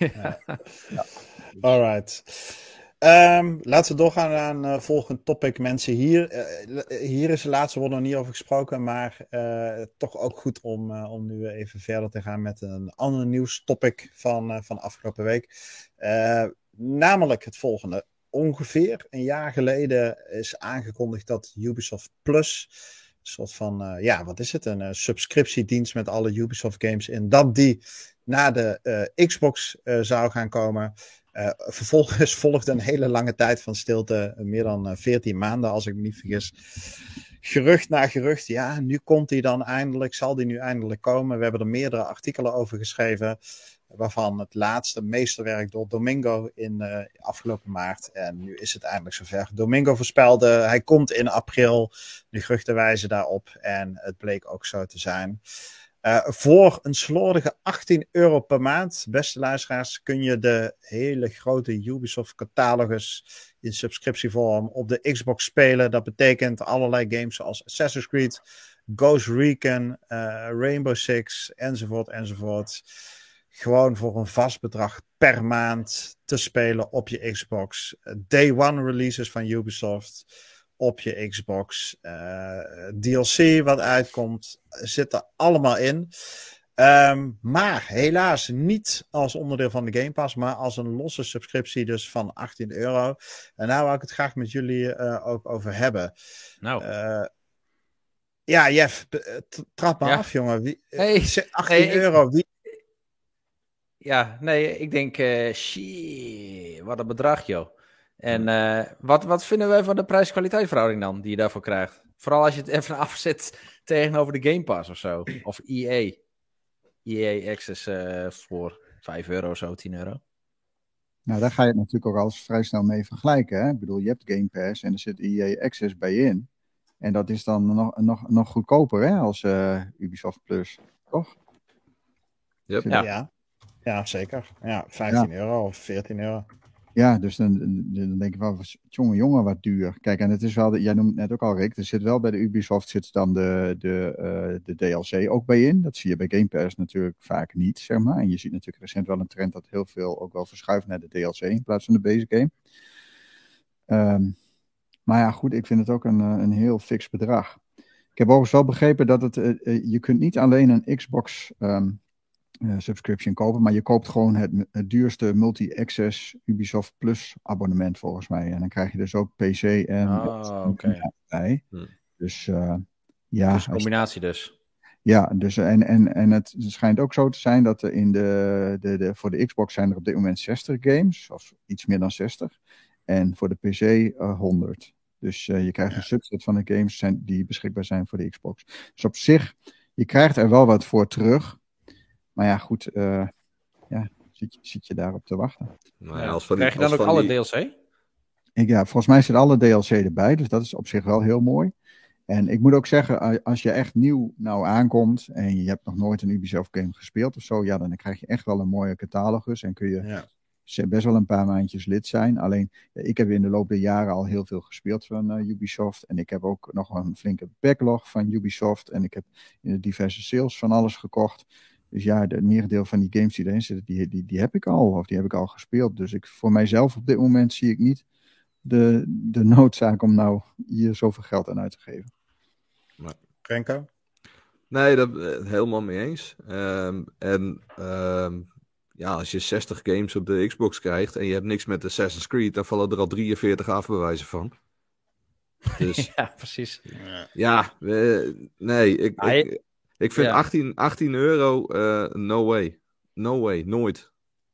Alright. Laten we doorgaan aan volgend topic, mensen. Hier is de laatste woord nog niet over gesproken, maar toch ook goed om nu even verder te gaan met een ander nieuwstopic van afgelopen week. Namelijk het volgende. Ongeveer een jaar geleden is aangekondigd dat Ubisoft Plus, een soort van, wat is het? Een subscriptiedienst met alle Ubisoft games in, dat die naar de Xbox zou gaan komen. Vervolgens volgde een hele lange tijd van stilte, meer dan 14 maanden als ik me niet vergis. Gerucht na gerucht, ja, nu komt die dan eindelijk, zal die nu eindelijk komen. We hebben er meerdere artikelen over geschreven, waarvan het laatste meesterwerk door Domingo in afgelopen maart. En nu is het eindelijk zover. Domingo voorspelde, hij komt in april. De geruchten wijzen daarop en het bleek ook zo te zijn. Voor een slordige €18 per maand, beste luisteraars, kun je de hele grote Ubisoft catalogus in subscriptievorm op de Xbox spelen. Dat betekent allerlei games zoals Assassin's Creed, Ghost Recon, Rainbow Six, enzovoort. Gewoon voor een vast bedrag per maand te spelen op je Xbox. Day one releases van Ubisoft op je Xbox. DLC wat uitkomt, zit er allemaal in. Maar helaas niet als onderdeel van de Game Pass, maar als een losse subscriptie dus van €18. En daar wou ik het graag met jullie ook over hebben. Nou. Ja, Jeff, trap maar af, jongen. €18, wie... Ja, nee, ik denk, wat een bedrag, joh. En wat vinden wij van de prijs-kwaliteit verhouding dan, die je daarvoor krijgt? Vooral als je het even afzet tegenover de Game Pass of zo. Of EA. EA Access voor €5 of zo, €10. Nou, daar ga je het natuurlijk ook al vrij snel mee vergelijken. Hè? Ik bedoel, je hebt Game Pass en er zit EA Access bij in. En dat is dan nog goedkoper, hè, als Ubisoft Plus, toch? Yep. Ja, zeker. Ja, €15 of €14. Ja, dus dan denk ik wel, jongen, wat duur. Kijk, en het is wel, jij noemt het net ook al, Rick, er zit wel bij de Ubisoft zit dan de DLC ook bij in. Dat zie je bij Game Pass natuurlijk vaak niet, zeg maar. En je ziet natuurlijk recent wel een trend dat heel veel ook wel verschuift naar de DLC in plaats van de basic game. Maar ja, goed, ik vind het ook een heel fix bedrag. Ik heb overigens wel begrepen dat je kunt niet alleen een Xbox subscription kopen, maar je koopt gewoon het duurste multi-access Ubisoft Plus abonnement volgens mij. En dan krijg je dus ook PC en bij. Dus ja. Dus een combinatie dus. Ja, dus en het schijnt ook zo te zijn dat er voor de Xbox zijn er op dit moment 60 games, of iets meer dan 60. En voor de PC 100. Dus je krijgt een subset van de games die beschikbaar zijn voor de Xbox. Dus op zich, je krijgt er wel wat voor terug. Maar ja, goed, zit je daarop te wachten. Nou ja, krijg je dan ook alle DLC? Volgens mij zit alle DLC erbij, dus dat is op zich wel heel mooi. En ik moet ook zeggen, als je echt nieuw nou aankomt en je hebt nog nooit een Ubisoft game gespeeld of zo, ja, dan krijg je echt wel een mooie catalogus en kun je ze best wel een paar maandjes lid zijn. Alleen, ik heb in de loop der jaren al heel veel gespeeld van Ubisoft. En ik heb ook nog een flinke backlog van Ubisoft. En ik heb in de diverse sales van alles gekocht. Dus ja, het merendeel van die games die erin zitten, die heb ik al. Of die heb ik al gespeeld. Dus voor mijzelf op dit moment zie ik niet de noodzaak om nou hier zoveel geld aan uit te geven. Renko? Nee, dat helemaal mee eens. Als je 60 games op de Xbox krijgt en je hebt niks met Assassin's Creed, dan vallen er al 43 afbewijzen van. Dus, ja, precies. Ja, ik vind 18 euro, no way. No way, nooit.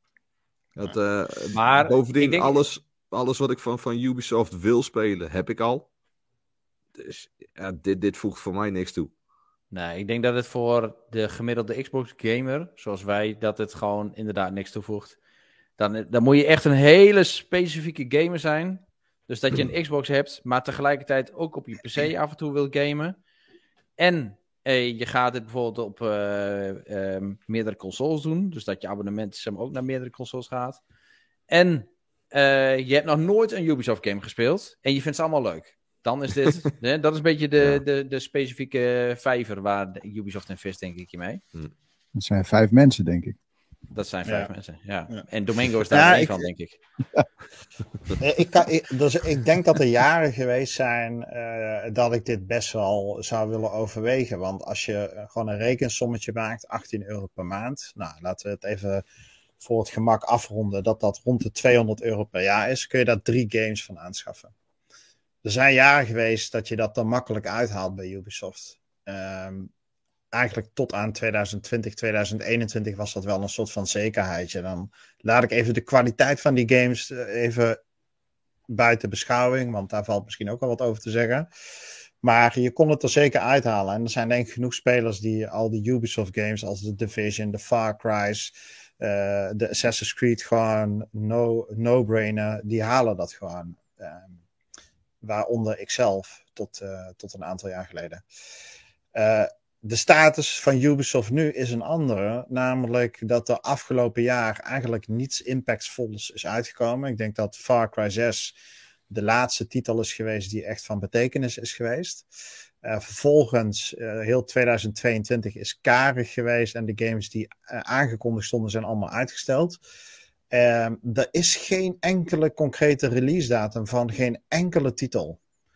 Maar bovendien, alles wat ik van Ubisoft wil spelen, heb ik al. Dus ja, dit voegt voor mij niks toe. Nee, ik denk dat het voor de gemiddelde Xbox-gamer, zoals wij, dat het gewoon inderdaad niks toevoegt. Dan moet je echt een hele specifieke gamer zijn. Dus dat je een Xbox hebt, maar tegelijkertijd ook op je PC af en toe wilt gamen. En je gaat het bijvoorbeeld op meerdere consoles doen. Dus dat je abonnement ook naar meerdere consoles gaat. En je hebt nog nooit een Ubisoft-game gespeeld. En je vindt ze allemaal leuk. Dan is dit, dat is een beetje de specifieke vijver waar Ubisoft invest, denk ik, hiermee. Dat zijn 5 mensen, denk ik. Dat zijn 5 mensen, ja. En Domingo is daar één van, denk ik. Ik denk dat er jaren geweest zijn dat ik dit best wel zou willen overwegen. Want als je gewoon een rekensommetje maakt, 18 euro per maand. Nou, laten we het even voor het gemak afronden, dat rond de 200 euro per jaar is. Kun je daar 3 games van aanschaffen. Er zijn jaren geweest dat je dat dan makkelijk uithaalt bij Ubisoft. Eigenlijk tot aan 2020, 2021 was dat wel een soort van zekerheidje. Dan laat ik even de kwaliteit van die games even buiten beschouwing, want daar valt misschien ook wel wat over te zeggen. Maar je kon het er zeker uithalen. En er zijn denk ik genoeg spelers die al die Ubisoft games als de Division, de Far Cry's, de Assassin's Creed gewoon no-brainer, die halen dat gewoon. Waaronder ikzelf tot een aantal jaar geleden. De status van Ubisoft nu is een andere. Namelijk dat er afgelopen jaar eigenlijk niets impactvols is uitgekomen. Ik denk dat Far Cry 6 de laatste titel is geweest die echt van betekenis is geweest. Vervolgens, heel 2022 is karig geweest. En de games die aangekondigd stonden zijn allemaal uitgesteld. Er is geen enkele concrete release datum van geen enkele titel.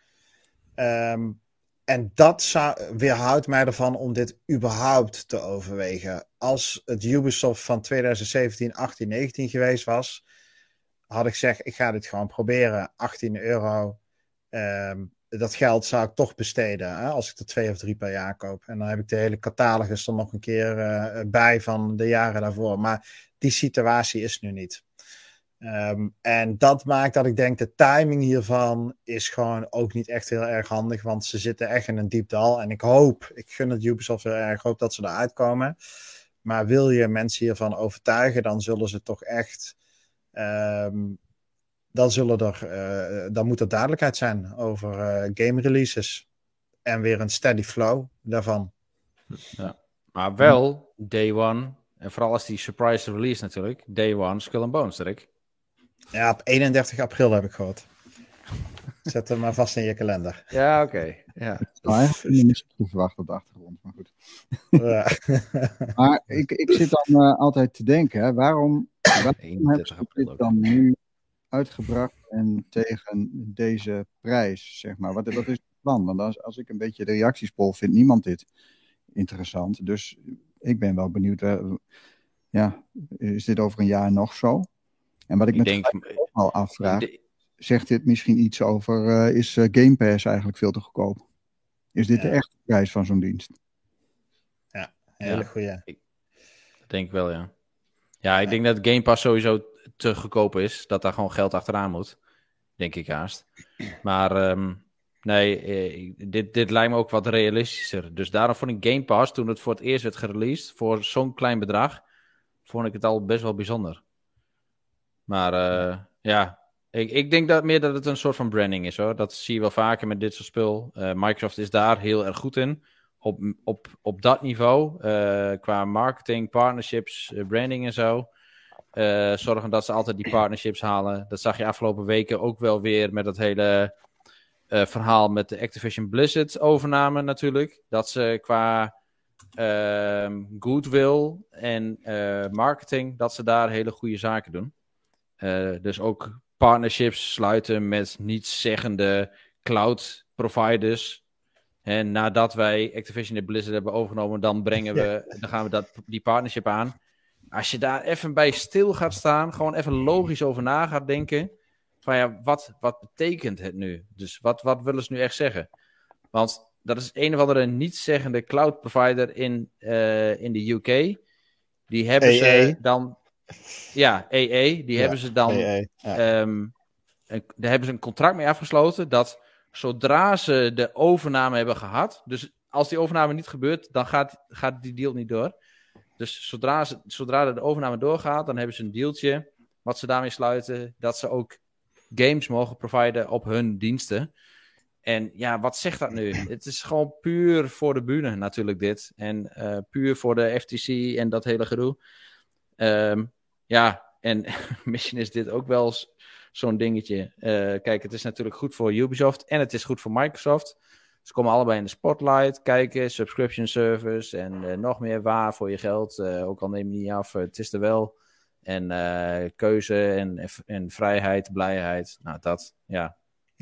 En dat weerhoudt mij ervan om dit überhaupt te overwegen. Als het Ubisoft van 2017, 18, 19 geweest was, had ik gezegd, ik ga dit gewoon proberen. 18 euro. Dat geld zou ik toch besteden, hè, als ik er 2 of 3 per jaar koop. En dan heb ik de hele catalogus er nog een keer bij van de jaren daarvoor. Maar die situatie is nu niet. En dat maakt dat ik denk, de timing hiervan is gewoon ook niet echt heel erg handig, want ze zitten echt in een diep dal. En ik gun het Ubisoft heel erg, hoop dat ze eruit komen. Maar wil je mensen hiervan overtuigen, dan zullen ze toch echt, dan moet er duidelijkheid zijn over game releases. En weer een steady flow daarvan. Ja. Maar wel day one, en vooral als die surprise release natuurlijk, day one Skull and Bones, Rick. Ja, op 31 april heb ik gehoord. Zet hem maar vast in je kalender. Ja, oké. Ja. Niet te verwachten op de achtergrond, maar goed. Ja. Maar ik zit dan altijd te denken, hè, waarom hebben ze dit dan nu uitgebracht en tegen deze prijs, zeg maar? Wat is het plan? Want als ik een beetje de reacties volg, vindt niemand dit interessant. Dus ik ben wel benieuwd, is dit over een jaar nog zo? En wat ik me ook al afvraag, zegt dit misschien iets over, is Game Pass eigenlijk veel te goedkoop? Is dit de echte prijs van zo'n dienst? Ja, hele goeie. Dat denk ik wel, ja. Ja, ik denk dat Game Pass sowieso te goedkoop is. Dat daar gewoon geld achteraan moet. Denk ik haast. Maar dit lijkt me ook wat realistischer. Dus daarom vond ik Game Pass, toen het voor het eerst werd gereleased, voor zo'n klein bedrag, vond ik het al best wel bijzonder. Maar ik denk dat het een soort van branding is, hoor. Dat zie je wel vaker met dit soort spul. Microsoft is daar heel erg goed in. Op dat niveau, qua marketing, partnerships, branding en zo. Zorgen dat ze altijd die partnerships halen. Dat zag je afgelopen weken ook wel weer met dat hele verhaal met de Activision Blizzard overname natuurlijk. Dat ze qua goodwill en marketing, dat ze daar hele goede zaken doen. Dus ook partnerships sluiten met nietszeggende cloud providers. En nadat wij Activision en Blizzard hebben overgenomen, dan gaan we die partnership aan. Als je daar even bij stil gaat staan, gewoon even logisch over na gaat denken. Van ja, wat betekent het nu? Dus wat willen ze nu echt zeggen? Want dat is een of andere nietszeggende cloud provider in de UK. Die hebben ze dan... Ja, EE. Die hebben ze dan... EE, ja. Daar hebben ze een contract mee afgesloten dat zodra ze de overname hebben gehad... Dus als die overname niet gebeurt, dan gaat die deal niet door. Dus zodra de overname doorgaat, dan hebben ze een dealtje wat ze daarmee sluiten, dat ze ook games mogen providen op hun diensten. En ja, wat zegt dat nu? Het is gewoon puur voor de bühne natuurlijk dit. En puur voor de FTC en dat hele gedoe. Ja, en misschien is dit ook wel zo'n dingetje. Kijk, het is natuurlijk goed voor Ubisoft en het is goed voor Microsoft. Ze komen allebei in de spotlight, kijken, subscription service en nog meer waar voor je geld. Ook al neem je niet af, het is er wel. En keuze en vrijheid, blijheid. Nou, dat, ja.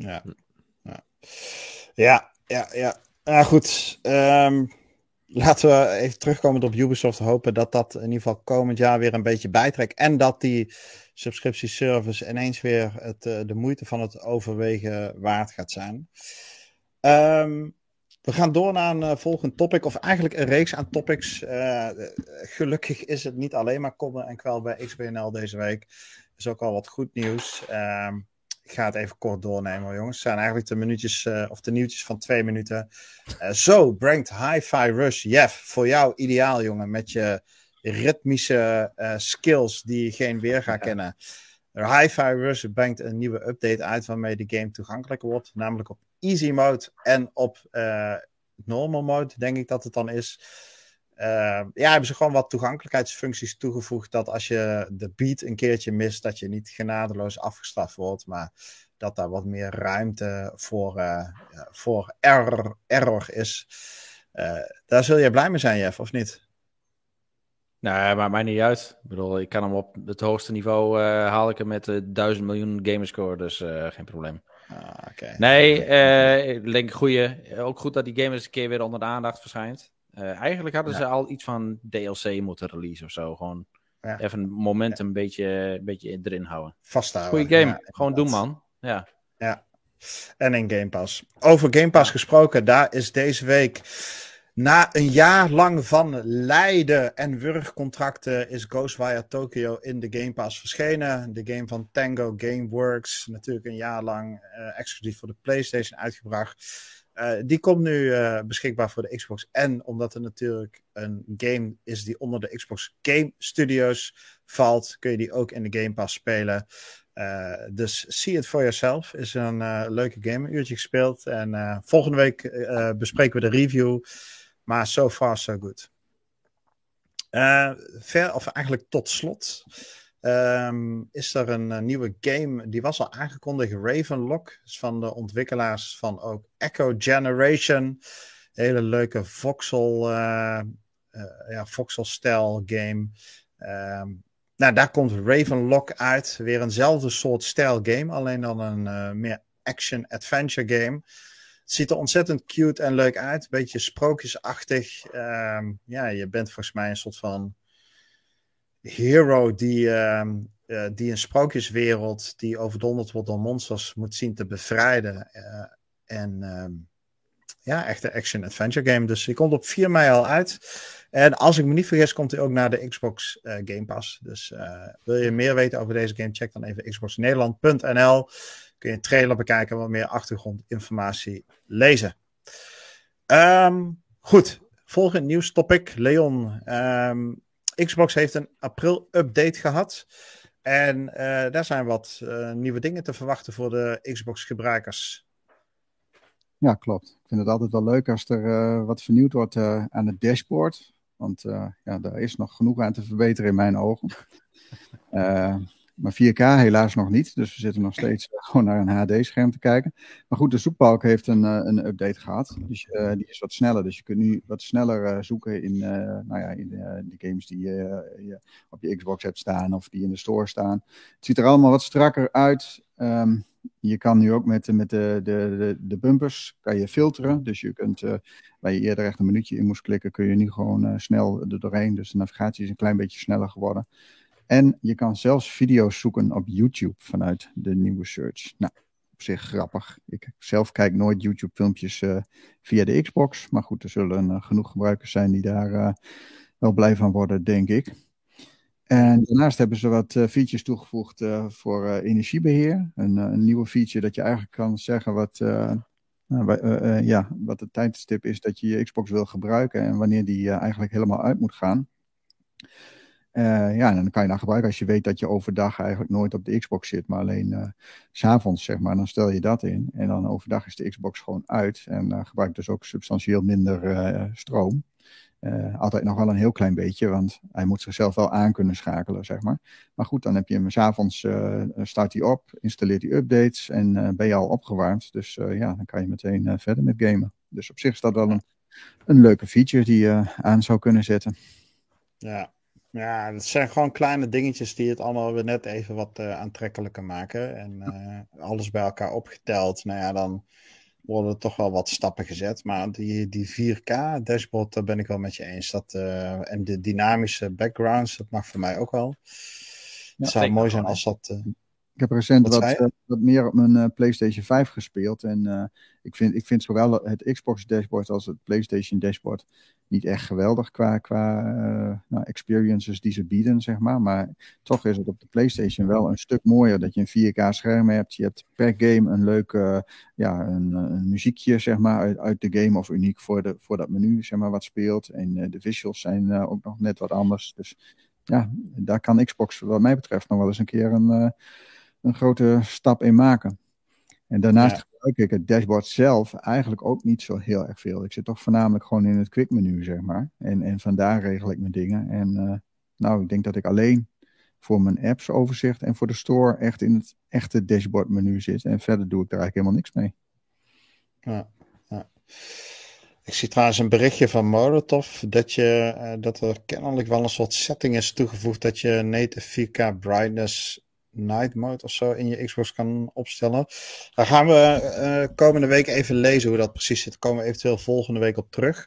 Ja, goed. Laten we even terugkomen op Ubisoft. Hopen dat in ieder geval komend jaar weer een beetje bijtrekt. En dat die subscriptieservice ineens weer de moeite van het overwegen waard gaat zijn. We gaan door naar een volgend topic, of eigenlijk een reeks aan topics. Gelukkig is het niet alleen maar kommer en kwel bij XBNL deze week. Er is ook al wat goed nieuws. Ik ga het even kort doornemen, jongens. Het zijn eigenlijk de nieuwtjes van 2 minuten. Zo brengt Hi-Fi Rush Jeff voor jou ideaal, jongen, met je ritmische skills die geen weerga kennen. Hi-Fi Rush brengt een nieuwe update uit waarmee de game toegankelijker wordt, namelijk op easy mode en op normal mode, denk ik dat het dan is. Hebben ze gewoon wat toegankelijkheidsfuncties toegevoegd, dat als je de beat een keertje mist, dat je niet genadeloos afgestraft wordt, maar dat daar wat meer ruimte voor error is. Daar zul je blij mee zijn, Jeff, of niet? Nee, maar mij niet uit. Ik bedoel, ik kan hem op het hoogste niveau haal ik hem met 1000 miljoen gamerscore, dus geen probleem. Okay. Nee, ik denk ook goed dat die game eens een keer weer onder de aandacht verschijnt. Eigenlijk hadden ze al iets van DLC moeten releasen of zo. Gewoon even momentum een beetje erin houden. Vasthouden. Goeie game. Gewoon doen, man. Ja. En in Game Pass. Over Game Pass gesproken, daar is deze week... Na een jaar lang van lijden en wurgcontracten is Ghostwire Tokyo in de Game Pass verschenen. De game van Tango Gameworks, natuurlijk een jaar lang exclusief voor de PlayStation uitgebracht. Die komt nu beschikbaar voor de Xbox. En omdat het natuurlijk een game is die onder de Xbox Game Studios valt, kun je die ook in de Game Pass spelen. Dus see it for yourself. Is een leuke game, een uurtje gespeeld. En volgende week bespreken we de review. Maar so far so good. Eigenlijk tot slot is er een nieuwe game. Die was al aangekondigd. Ravenlock. Is van de ontwikkelaars van ook Echo Generation. Hele leuke voxel-stijl game. Daar komt Ravenlock uit. Weer eenzelfde soort stijl game. Alleen dan een meer action-adventure game. Het ziet er ontzettend cute en leuk uit. Beetje sprookjesachtig. Je bent volgens mij een soort van hero die een sprookjeswereld die overdonderd wordt door monsters moet zien te bevrijden. Echt een action-adventure game. Dus die komt op 4 mei al uit. En als ik me niet vergis, komt hij ook naar de Xbox Game Pass. Dus wil je meer weten over deze game, check dan even xboxnederland.nl. Kun je een trailer bekijken, wat meer achtergrondinformatie lezen. Goed, volgend nieuwstopic. Leon, Xbox heeft een april-update gehad. En daar zijn wat nieuwe dingen te verwachten voor de Xbox-gebruikers. Ja, klopt. Ik vind het altijd wel leuk als er wat vernieuwd wordt aan het dashboard. Want ja, daar is nog genoeg aan te verbeteren in mijn ogen. Maar 4K helaas nog niet. Dus we zitten nog steeds gewoon naar een HD-scherm te kijken. Maar goed, de zoekbalk heeft een update gehad. Dus die is wat sneller. Dus je kunt nu wat sneller zoeken in de games die je op je Xbox hebt staan of die in de store staan. Het ziet er allemaal wat strakker uit. Je kan nu ook met de bumpers kan je filteren. Dus je kunt, waar je eerder echt een minuutje in moest klikken, kun je nu gewoon snel er doorheen. Dus de navigatie is een klein beetje sneller geworden. En je kan zelfs video's zoeken op YouTube vanuit de nieuwe search. Nou, op zich grappig. Ik zelf kijk nooit YouTube-filmpjes via de Xbox. Maar goed, er zullen genoeg gebruikers zijn die daar wel blij van worden, denk ik. En daarnaast hebben ze wat features toegevoegd voor energiebeheer. Een nieuwe feature dat je eigenlijk kan zeggen wat het tijdstip is dat je je Xbox wil gebruiken. En wanneer die eigenlijk helemaal uit moet gaan. En dan kan je dan gebruiken als je weet dat je overdag eigenlijk nooit op de Xbox zit, maar alleen 's avonds, zeg maar. Dan stel je dat in en dan overdag is de Xbox gewoon uit en gebruikt dus ook substantieel minder stroom. Altijd nog wel een heel klein beetje, want hij moet zichzelf wel aan kunnen schakelen, zeg maar. Maar goed, dan heb je hem 's avonds, start hij op, installeert hij updates en ben je al opgewarmd. Dus dan kan je meteen verder met gamen. Dus op zich is dat wel een leuke feature die je aan zou kunnen zetten. Ja, het zijn gewoon kleine dingetjes die het allemaal weer net even wat aantrekkelijker maken. En alles bij elkaar opgeteld, nou ja, dan worden er toch wel wat stappen gezet. Maar die 4K dashboard, daar ben ik wel met je eens. En de dynamische backgrounds, dat mag voor mij ook wel. Het zou mooi zijn als dat... Ik heb recent wat meer op mijn PlayStation 5 gespeeld. En ik vind zowel het Xbox dashboard als het PlayStation dashboard niet echt geweldig qua experiences die ze bieden, zeg maar. Maar toch is het op de PlayStation wel een stuk mooier dat je een 4K scherm hebt. Je hebt per game een leuk een muziekje, zeg maar, uit de game of uniek voor dat menu, zeg maar, wat speelt. En de visuals zijn ook nog net wat anders. Dus ja, daar kan Xbox wat mij betreft nog wel eens een keer een grote stap in maken. En daarnaast gebruik ik het dashboard zelf eigenlijk ook niet zo heel erg veel. Ik zit toch voornamelijk gewoon in het quick menu, zeg maar. En vandaar regel ik mijn dingen. En ik denk dat ik alleen voor mijn apps overzicht en voor de store echt in het echte dashboard menu zit. En verder doe ik daar eigenlijk helemaal niks mee. Ja. Ik zie trouwens een berichtje van Molotov dat er kennelijk wel een soort setting is toegevoegd dat je native 4K brightness night mode of zo in je Xbox kan opstellen. Daar gaan we komende week even lezen hoe dat precies zit. Daar komen we eventueel volgende week op terug.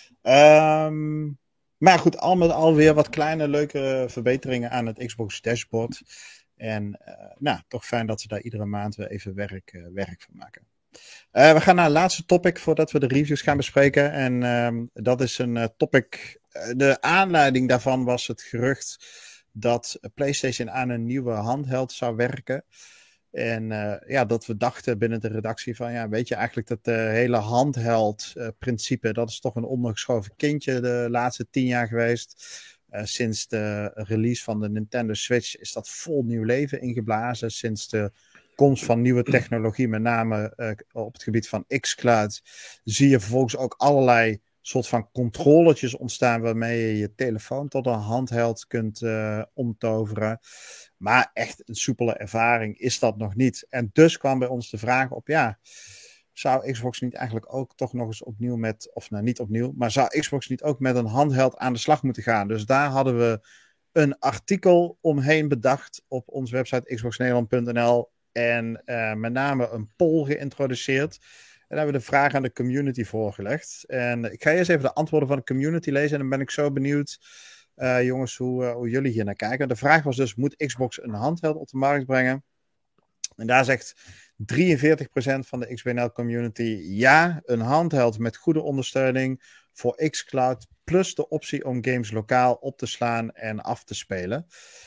Maar goed, al met al weer wat kleine leuke verbeteringen aan het Xbox dashboard. En toch fijn dat ze daar iedere maand weer even werk van maken. We gaan naar het laatste topic voordat we de reviews gaan bespreken. En dat is een topic. De aanleiding daarvan was het gerucht dat PlayStation aan een nieuwe handheld zou werken. En dat we dachten binnen de redactie van, weet je eigenlijk dat hele handheld principe, dat is toch een ondergeschoven kindje de laatste 10 jaar geweest. Sinds de release van de Nintendo Switch is dat vol nieuw leven ingeblazen. Sinds de komst van nieuwe technologie, met name op het gebied van xCloud, zie je vervolgens ook allerlei soort van controletjes ontstaan waarmee je je telefoon tot een handheld kunt omtoveren. Maar echt een soepele ervaring is dat nog niet. En dus kwam bij ons de vraag op, zou Xbox niet eigenlijk ook toch nog eens opnieuw niet opnieuw, maar zou Xbox niet ook met een handheld aan de slag moeten gaan? Dus daar hadden we een artikel omheen bedacht op onze website xboxnederland.nl en met name een poll geïntroduceerd. En daar hebben we de vraag aan de community voorgelegd. En ik ga eerst even de antwoorden van de community lezen. En dan ben ik zo benieuwd, jongens, hoe jullie hier naar kijken. De vraag was dus, moet Xbox een handheld op de markt brengen? En daar zegt 43% van de XBNL community ja, een handheld met goede ondersteuning voor xCloud. Plus de optie om games lokaal op te slaan en af te spelen.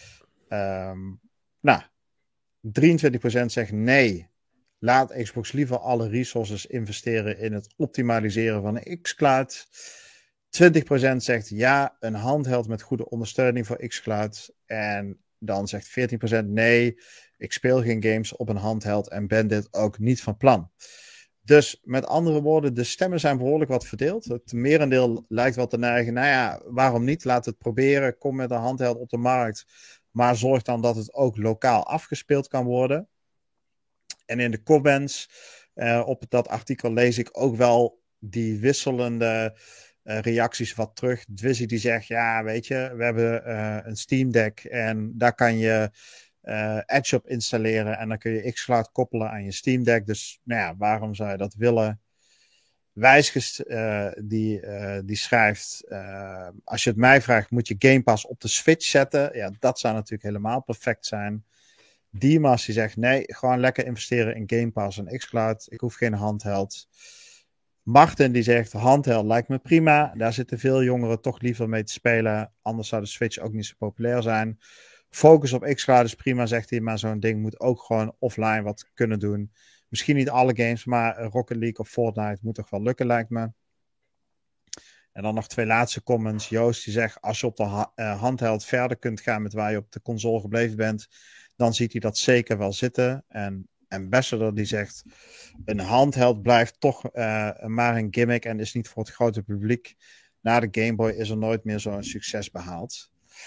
23% zegt nee. Laat Xbox liever alle resources investeren in het optimaliseren van xCloud. 20% zegt ja, een handheld met goede ondersteuning voor xCloud. En dan zegt 14% nee, ik speel geen games op een handheld en ben dit ook niet van plan. Dus met andere woorden, de stemmen zijn behoorlijk wat verdeeld. Het merendeel lijkt wel te neigen. Nou ja, waarom niet? Laat het proberen. Kom met een handheld op de markt. Maar zorg dan dat het ook lokaal afgespeeld kan worden. En in de comments op dat artikel lees ik ook wel die wisselende reacties wat terug. Dwizzy die zegt, ja weet je, we hebben een Steam Deck en daar kan je Edge op installeren en dan kun je xCloud koppelen aan je Steam Deck. Dus nou ja, waarom zou je dat willen? Wijsges die schrijft, als je het mij vraagt, moet je Game Pass op de Switch zetten. Ja, dat zou natuurlijk helemaal perfect zijn. Dimas die zegt, nee, gewoon lekker investeren in Game Pass en xCloud. Ik hoef geen handheld. Martin die zegt, handheld lijkt me prima. Daar zitten veel jongeren toch liever mee te spelen. Anders zou de Switch ook niet zo populair zijn. Focus op xCloud is prima, zegt hij. Maar zo'n ding moet ook gewoon offline wat kunnen doen. Misschien niet alle games, maar Rocket League of Fortnite moet toch wel lukken, lijkt me. En dan nog 2 laatste comments. Joost die zegt, als je op de handheld verder kunt gaan met waar je op de console gebleven bent, dan ziet hij dat zeker wel zitten. En Ambassador die zegt, een handheld blijft toch maar een gimmick en is niet voor het grote publiek. Na de Game Boy is er nooit meer zo'n succes behaald.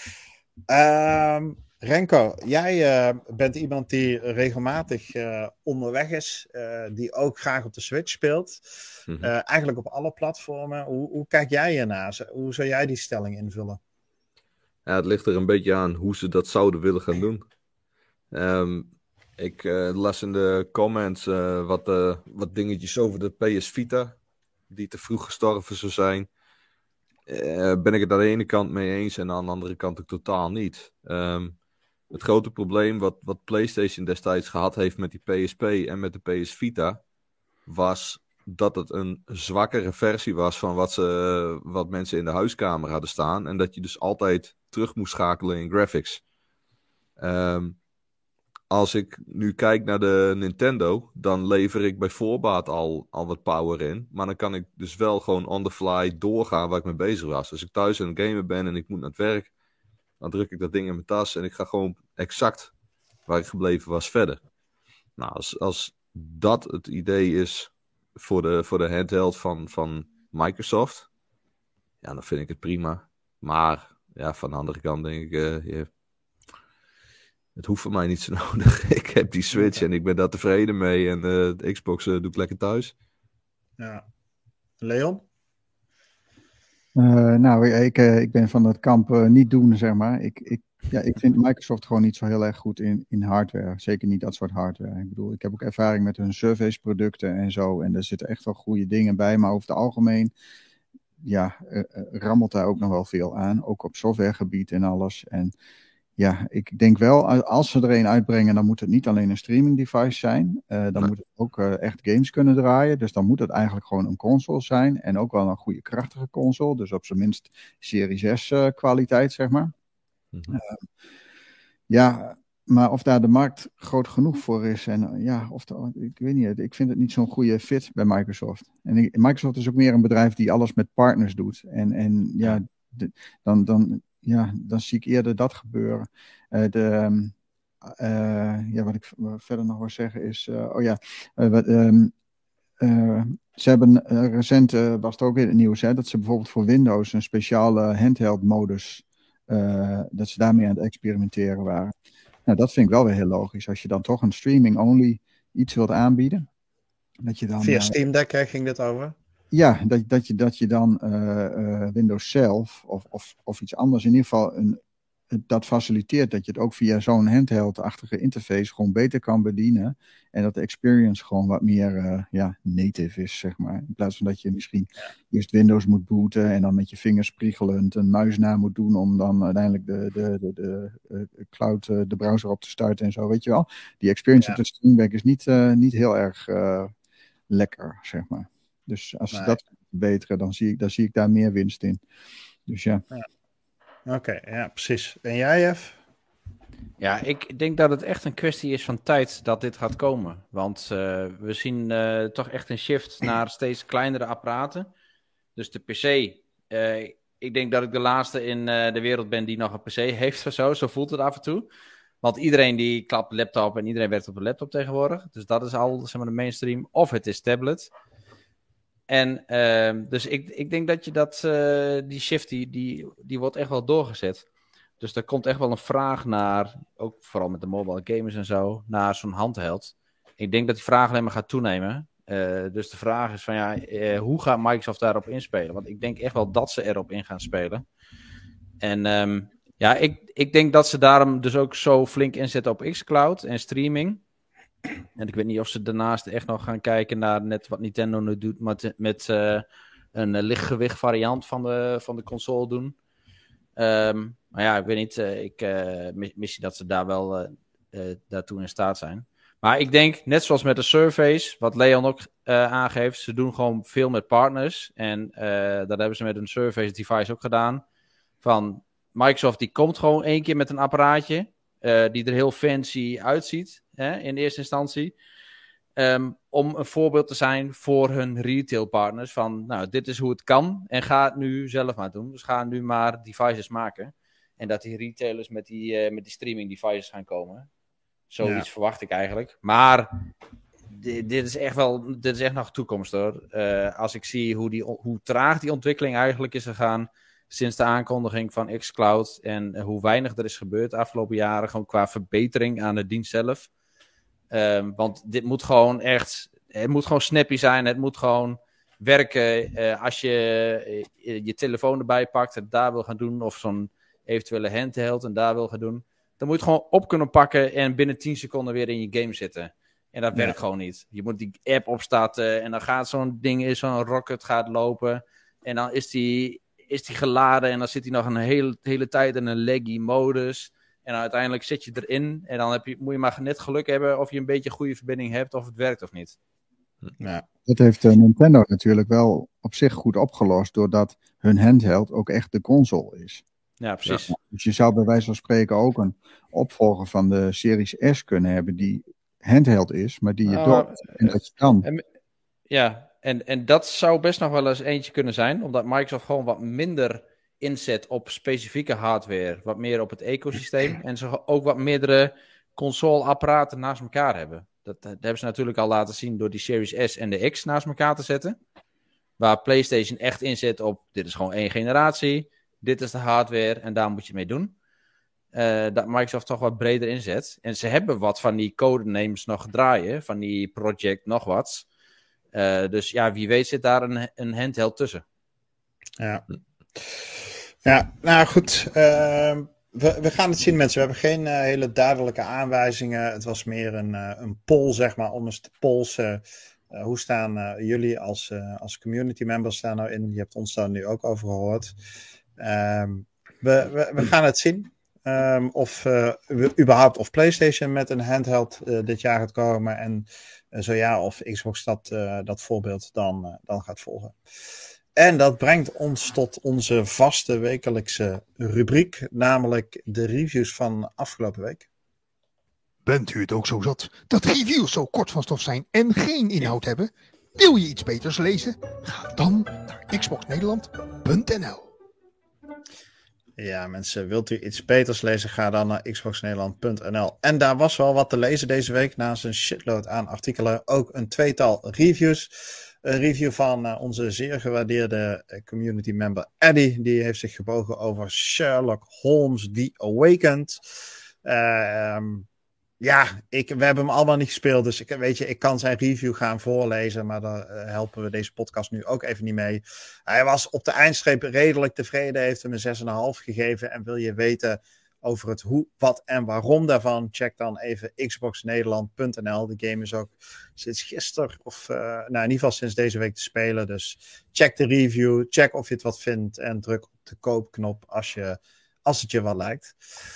Renko, jij bent iemand die regelmatig onderweg is, die ook graag op de Switch speelt. Eigenlijk op alle platformen. Hoe kijk jij hiernaar? Hoe zou jij die stelling invullen? Ja, het ligt er een beetje aan hoe ze dat zouden willen gaan doen. Ik las in de comments wat dingetjes over de PS Vita, die te vroeg gestorven zou zijn. Ben ik het aan de ene kant mee eens en aan de andere kant ook totaal niet. Het grote probleem wat PlayStation destijds gehad heeft met die PSP en met de PS Vita, was dat het een zwakkere versie was van wat mensen in de huiskamer hadden staan. En dat je dus altijd terug moest schakelen in graphics. Als ik nu kijk naar de Nintendo, dan lever ik bij voorbaat al wat power in. Maar dan kan ik dus wel gewoon on the fly doorgaan waar ik mee bezig was. Als ik thuis aan het gamen ben en ik moet naar het werk, dan druk ik dat ding in mijn tas en ik ga gewoon exact waar ik gebleven was verder. Nou, als dat het idee is voor de handheld van Microsoft, ja, dan vind ik het prima. Maar ja, van de andere kant denk ik, het hoeft voor mij niet zo nodig. Ik heb die Switch en ik ben daar tevreden mee. En de Xbox doe ik lekker thuis. Ja. Leon? Nou, ik ben van dat kamp niet doen, zeg maar. Ik vind Microsoft gewoon niet zo heel erg goed in hardware. Zeker niet dat soort hardware. Ik bedoel, ik heb ook ervaring met hun Surface producten en zo. En er zitten echt wel goede dingen bij. Maar over het algemeen, ja, rammelt daar ook nog wel veel aan. Ook op softwaregebied en alles. En ja, ik denk wel, als ze er een uitbrengen, dan moet het niet alleen een streaming device zijn. Dan moet het ook echt games kunnen draaien. Dus dan moet het eigenlijk gewoon een console zijn. En ook wel een goede krachtige console. Dus op zijn minst Series S kwaliteit, zeg maar. Ja, maar of daar de markt groot genoeg voor is. En ja, ik weet niet. Ik vind het niet zo'n goede fit bij Microsoft. En Microsoft is ook meer een bedrijf die alles met partners doet. En ja, dan zie ik eerder dat gebeuren. Wat ik verder nog wil zeggen is... ze hebben recent, was het ook in het nieuws, dat ze bijvoorbeeld voor Windows een speciale handheld modus, dat ze daarmee aan het experimenteren waren. Nou, dat vind ik wel weer heel logisch. Als je dan toch een streaming-only iets wilt aanbieden. Dat je dan, via Steam Deck ging dit over? Ja, dat je dan Windows zelf of iets anders in ieder geval dat faciliteert dat je het ook via zo'n handheld-achtige interface gewoon beter kan bedienen. En dat de experience gewoon wat meer native is, zeg maar. In plaats van dat je misschien eerst Windows moet booten en dan met je vingers priegelend een muis na moet doen om dan uiteindelijk de cloud, de browser op te starten en zo, weet je wel. Die experience op de Steam Deck is niet heel erg lekker, zeg maar. Dus als ze dat verbeteren, dan zie ik daar meer winst in. Dus ja. Oké, ja, precies. En jij, Jeff? Ja, ik denk dat het echt een kwestie is van tijd dat dit gaat komen. Want we zien toch echt een shift naar steeds kleinere apparaten. Dus de PC, ik denk dat ik de laatste in de wereld ben die nog een PC heeft of zo. Zo voelt het af en toe. Want iedereen die klapt laptop en iedereen werkt op een laptop tegenwoordig. Dus dat is al zeg maar, de mainstream. Of het is tablet. En dus ik denk dat die shift die wordt echt wel doorgezet. Dus er komt echt wel een vraag naar, ook vooral met de mobile gamers en zo, naar zo'n handheld. Ik denk dat die vraag alleen maar gaat toenemen. Dus de vraag is van hoe gaat Microsoft daarop inspelen? Want ik denk echt wel dat ze erop in gaan spelen. En ik denk dat ze daarom dus ook zo flink inzetten op xCloud en streaming. En ik weet niet of ze daarnaast echt nog gaan kijken naar net wat Nintendo nu doet met een lichtgewicht variant van de console doen. Maar ja, ik weet niet. Missie dat ze daar wel daartoe in staat zijn. Maar ik denk, net zoals met de Surface, wat Leon ook aangeeft, ze doen gewoon veel met partners. En dat hebben ze met een Surface device ook gedaan. Van Microsoft, die komt gewoon 1 keer met een apparaatje, die er heel fancy uitziet, in eerste instantie. Om een voorbeeld te zijn voor hun retailpartners. Van, nou, dit is hoe het kan. En ga het nu zelf maar doen. Dus ga nu maar devices maken. En dat die retailers met die streaming devices gaan komen. Zoiets verwacht ik eigenlijk. Maar dit is echt nog toekomst, hoor. Als ik zie hoe traag die ontwikkeling eigenlijk is gegaan sinds de aankondiging van xCloud. En hoe weinig er is gebeurd de afgelopen jaren. Gewoon qua verbetering aan de dienst zelf. Want dit moet gewoon echt... Het moet gewoon snappy zijn. Het moet gewoon werken. Als je je telefoon erbij pakt en daar wil gaan doen. Of zo'n eventuele handheld en daar wil gaan doen. Dan moet je het gewoon op kunnen pakken en binnen 10 seconden weer in je game zitten. En dat werkt gewoon niet. Je moet die app opstarten en dan gaat zo'n ding, zo'n rocket gaat lopen. En dan is die geladen en dan zit hij nog een hele tijd in een laggy modus. En dan uiteindelijk zit je erin en dan moet je maar net geluk hebben of je een beetje goede verbinding hebt of het werkt of niet. Ja. Dat heeft Nintendo natuurlijk wel op zich goed opgelost, doordat hun handheld ook echt de console is. Ja, precies. Ja, dus je zou bij wijze van spreken ook een opvolger van de Series S kunnen hebben die handheld is, maar die je doet en dat je kan. En dat zou best nog wel eens eentje kunnen zijn, omdat Microsoft gewoon wat minder inzet op specifieke hardware, wat meer op het ecosysteem en ze ook wat meerdere console-apparaten naast elkaar hebben. Dat hebben ze natuurlijk al laten zien door die Series S en de X naast elkaar te zetten. Waar PlayStation echt inzet op, dit is gewoon 1 generatie, dit is de hardware en daar moet je mee doen. Dat Microsoft toch wat breder inzet. En ze hebben wat van die codenames nog draaien, van die project nog wat. Dus ja, wie weet zit daar een handheld tussen. Ja, nou goed. We gaan het zien, mensen. We hebben geen hele duidelijke aanwijzingen. Het was meer een poll, zeg maar, om eens te polsen. Hoe staan jullie als community members daar nou in? Je hebt ons daar nu ook over gehoord. We gaan het zien. Of überhaupt PlayStation met een handheld dit jaar gaat komen. En zo ja, of Xbox dat voorbeeld dan gaat volgen. En dat brengt ons tot onze vaste wekelijkse rubriek. Namelijk de reviews van afgelopen week. Bent u het ook zo zat dat reviews zo kort van stof zijn en geen inhoud hebben? Wil je iets beters lezen? Ga dan naar xboxnederland.nl. Ja, mensen, wilt u iets beters lezen? Ga dan naar xboxnederland.nl. En daar was wel wat te lezen deze week. Naast een shitload aan artikelen ook een 2-tal reviews. Een review van onze zeer gewaardeerde community member Eddie. Die heeft zich gebogen over Sherlock Holmes The Awakened. We hebben hem allemaal niet gespeeld. Dus ik kan zijn review gaan voorlezen. Maar daar helpen we deze podcast nu ook even niet mee. Hij was op de eindstreep redelijk tevreden. Heeft hem een 6,5 gegeven. En wil je weten over het hoe, wat en waarom daarvan? Check dan even xboxnederland.nl. De game is ook sinds gisteren in ieder geval sinds deze week te spelen. Dus check de review. Check of je het wat vindt. En druk op de koopknop als het je wat lijkt.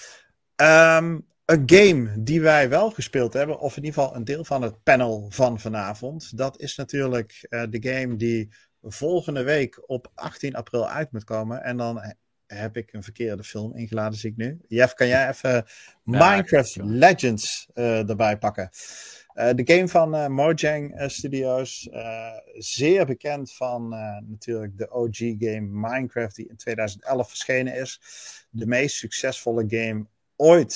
Een game die wij wel gespeeld hebben, of in ieder geval een deel van het panel van vanavond, dat is natuurlijk de game die volgende week op 18 april uit moet komen. En dan heb ik een verkeerde film ingeladen, zie ik nu. Jeff, kan jij even Minecraft Legends erbij pakken? De game van Mojang Studios, zeer bekend van natuurlijk de OG game Minecraft, die in 2011 verschenen is. De meest succesvolle game ooit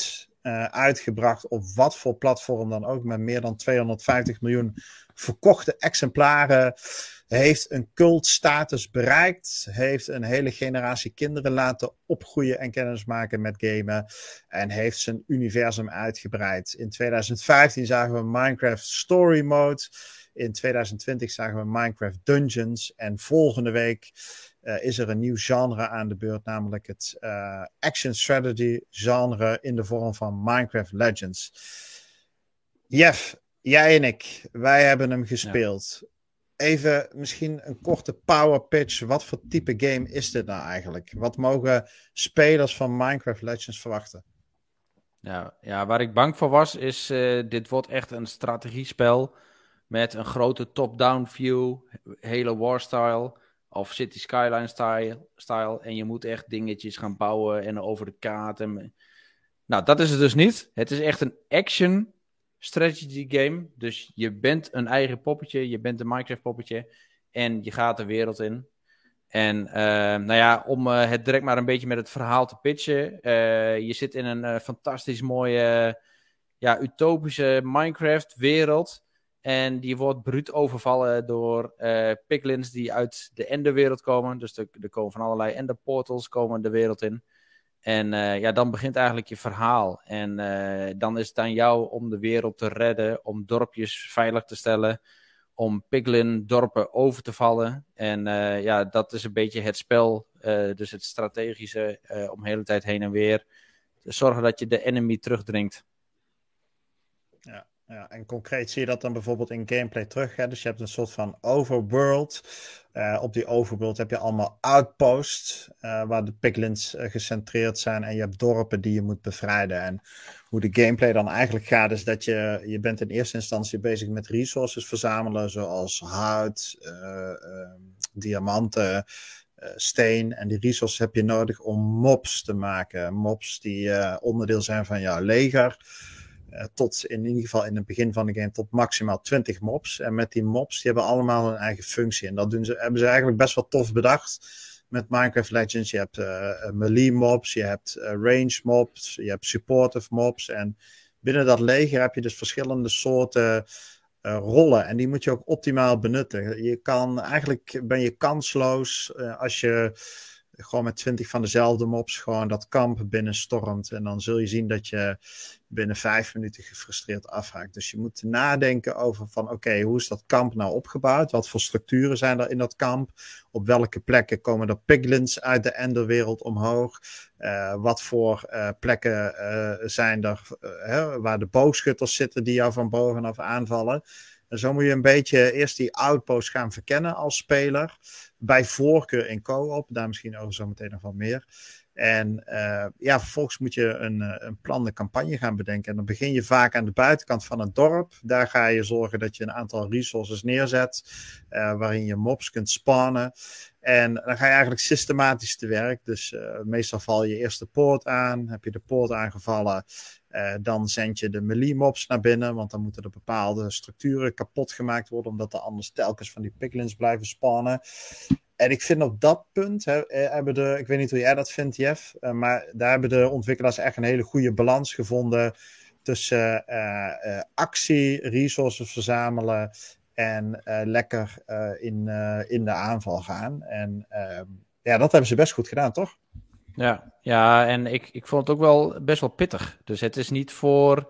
uitgebracht op wat voor platform dan ook, met meer dan 250 miljoen verkochte exemplaren. Heeft een cultstatus bereikt. Heeft een hele generatie kinderen laten opgroeien en kennismaken met gamen. En heeft zijn universum uitgebreid. In 2015 zagen we Minecraft Story Mode. In 2020 zagen we Minecraft Dungeons. En volgende week is er een nieuw genre aan de beurt. Namelijk het action strategy genre in de vorm van Minecraft Legends. Jeff, jij en ik, wij hebben hem gespeeld. Ja. Even misschien een korte power pitch. Wat voor type game is dit nou eigenlijk? Wat mogen spelers van Minecraft Legends verwachten? Ja, waar ik bang voor was, is dit wordt echt een strategiespel met een grote top-down view, hele war-style of City Skyline style. En je moet echt dingetjes gaan bouwen en over de kaart. Nou, dat is het dus niet. Het is echt een action strategy game. Dus je bent een eigen poppetje, je bent een Minecraft poppetje en je gaat de wereld in. En om het direct maar een beetje met het verhaal te pitchen. Je zit in een fantastisch mooie, utopische Minecraft wereld. En die wordt bruut overvallen door piglins die uit de Enderwereld komen. Dus er komen van allerlei Enderportals komen de wereld in. En dan begint eigenlijk je verhaal. En dan is het aan jou om de wereld te redden, om dorpjes veilig te stellen, om piglin-dorpen over te vallen. En dat is een beetje het spel, dus het strategische, om de hele tijd heen en weer. Dus zorgen dat je de enemy terugdringt. Ja, en concreet zie je dat dan bijvoorbeeld in gameplay terug. Hè? Dus je hebt een soort van overworld. Op die overworld heb je allemaal outposts waar de piglins gecentreerd zijn. En je hebt dorpen die je moet bevrijden. En hoe de gameplay dan eigenlijk gaat is dat je bent in eerste instantie bezig met resources verzamelen. Zoals hout, diamanten, steen. En die resources heb je nodig om mobs te maken. Mobs die onderdeel zijn van jouw leger. Tot in ieder geval in het begin van de game tot maximaal 20 mobs. En met die mobs, die hebben allemaal een eigen functie. En dat hebben ze eigenlijk best wel tof bedacht met Minecraft Legends. Je hebt melee mobs, je hebt range mobs, je hebt supportive mobs. En binnen dat leger heb je dus verschillende soorten rollen. En die moet je ook optimaal benutten. Eigenlijk ben je kansloos als je gewoon met 20 van dezelfde mobs gewoon dat kamp binnenstormt. En dan zul je zien dat je binnen 5 minuten gefrustreerd afhaakt. Dus je moet nadenken over van oké, hoe is dat kamp nou opgebouwd? Wat voor structuren zijn er in dat kamp? Op welke plekken komen er piglins uit de enderwereld omhoog? Wat voor plekken zijn er waar de boogschutters zitten die jou van bovenaf aanvallen? En zo moet je een beetje eerst die outpost gaan verkennen als speler. Bij voorkeur in co-op, daar misschien over zo meteen nog wat meer. En vervolgens moet je een plan, de campagne gaan bedenken. En dan begin je vaak aan de buitenkant van het dorp. Daar ga je zorgen dat je een aantal resources neerzet, waarin je mobs kunt spawnen. En dan ga je eigenlijk systematisch te werk. Dus meestal val je eerst de poort aan. Heb je de poort aangevallen, dan zend je de melee mobs naar binnen. Want dan moeten er bepaalde structuren kapot gemaakt worden, omdat er anders telkens van die piglins blijven spawnen. En ik vind op dat punt, ik weet niet hoe jij dat vindt, Jeff, maar daar hebben de ontwikkelaars echt een hele goede balans gevonden tussen actie, resources verzamelen en lekker in de aanval gaan. En dat hebben ze best goed gedaan, toch? Ja, en ik vond het ook wel best wel pittig. Dus het is niet voor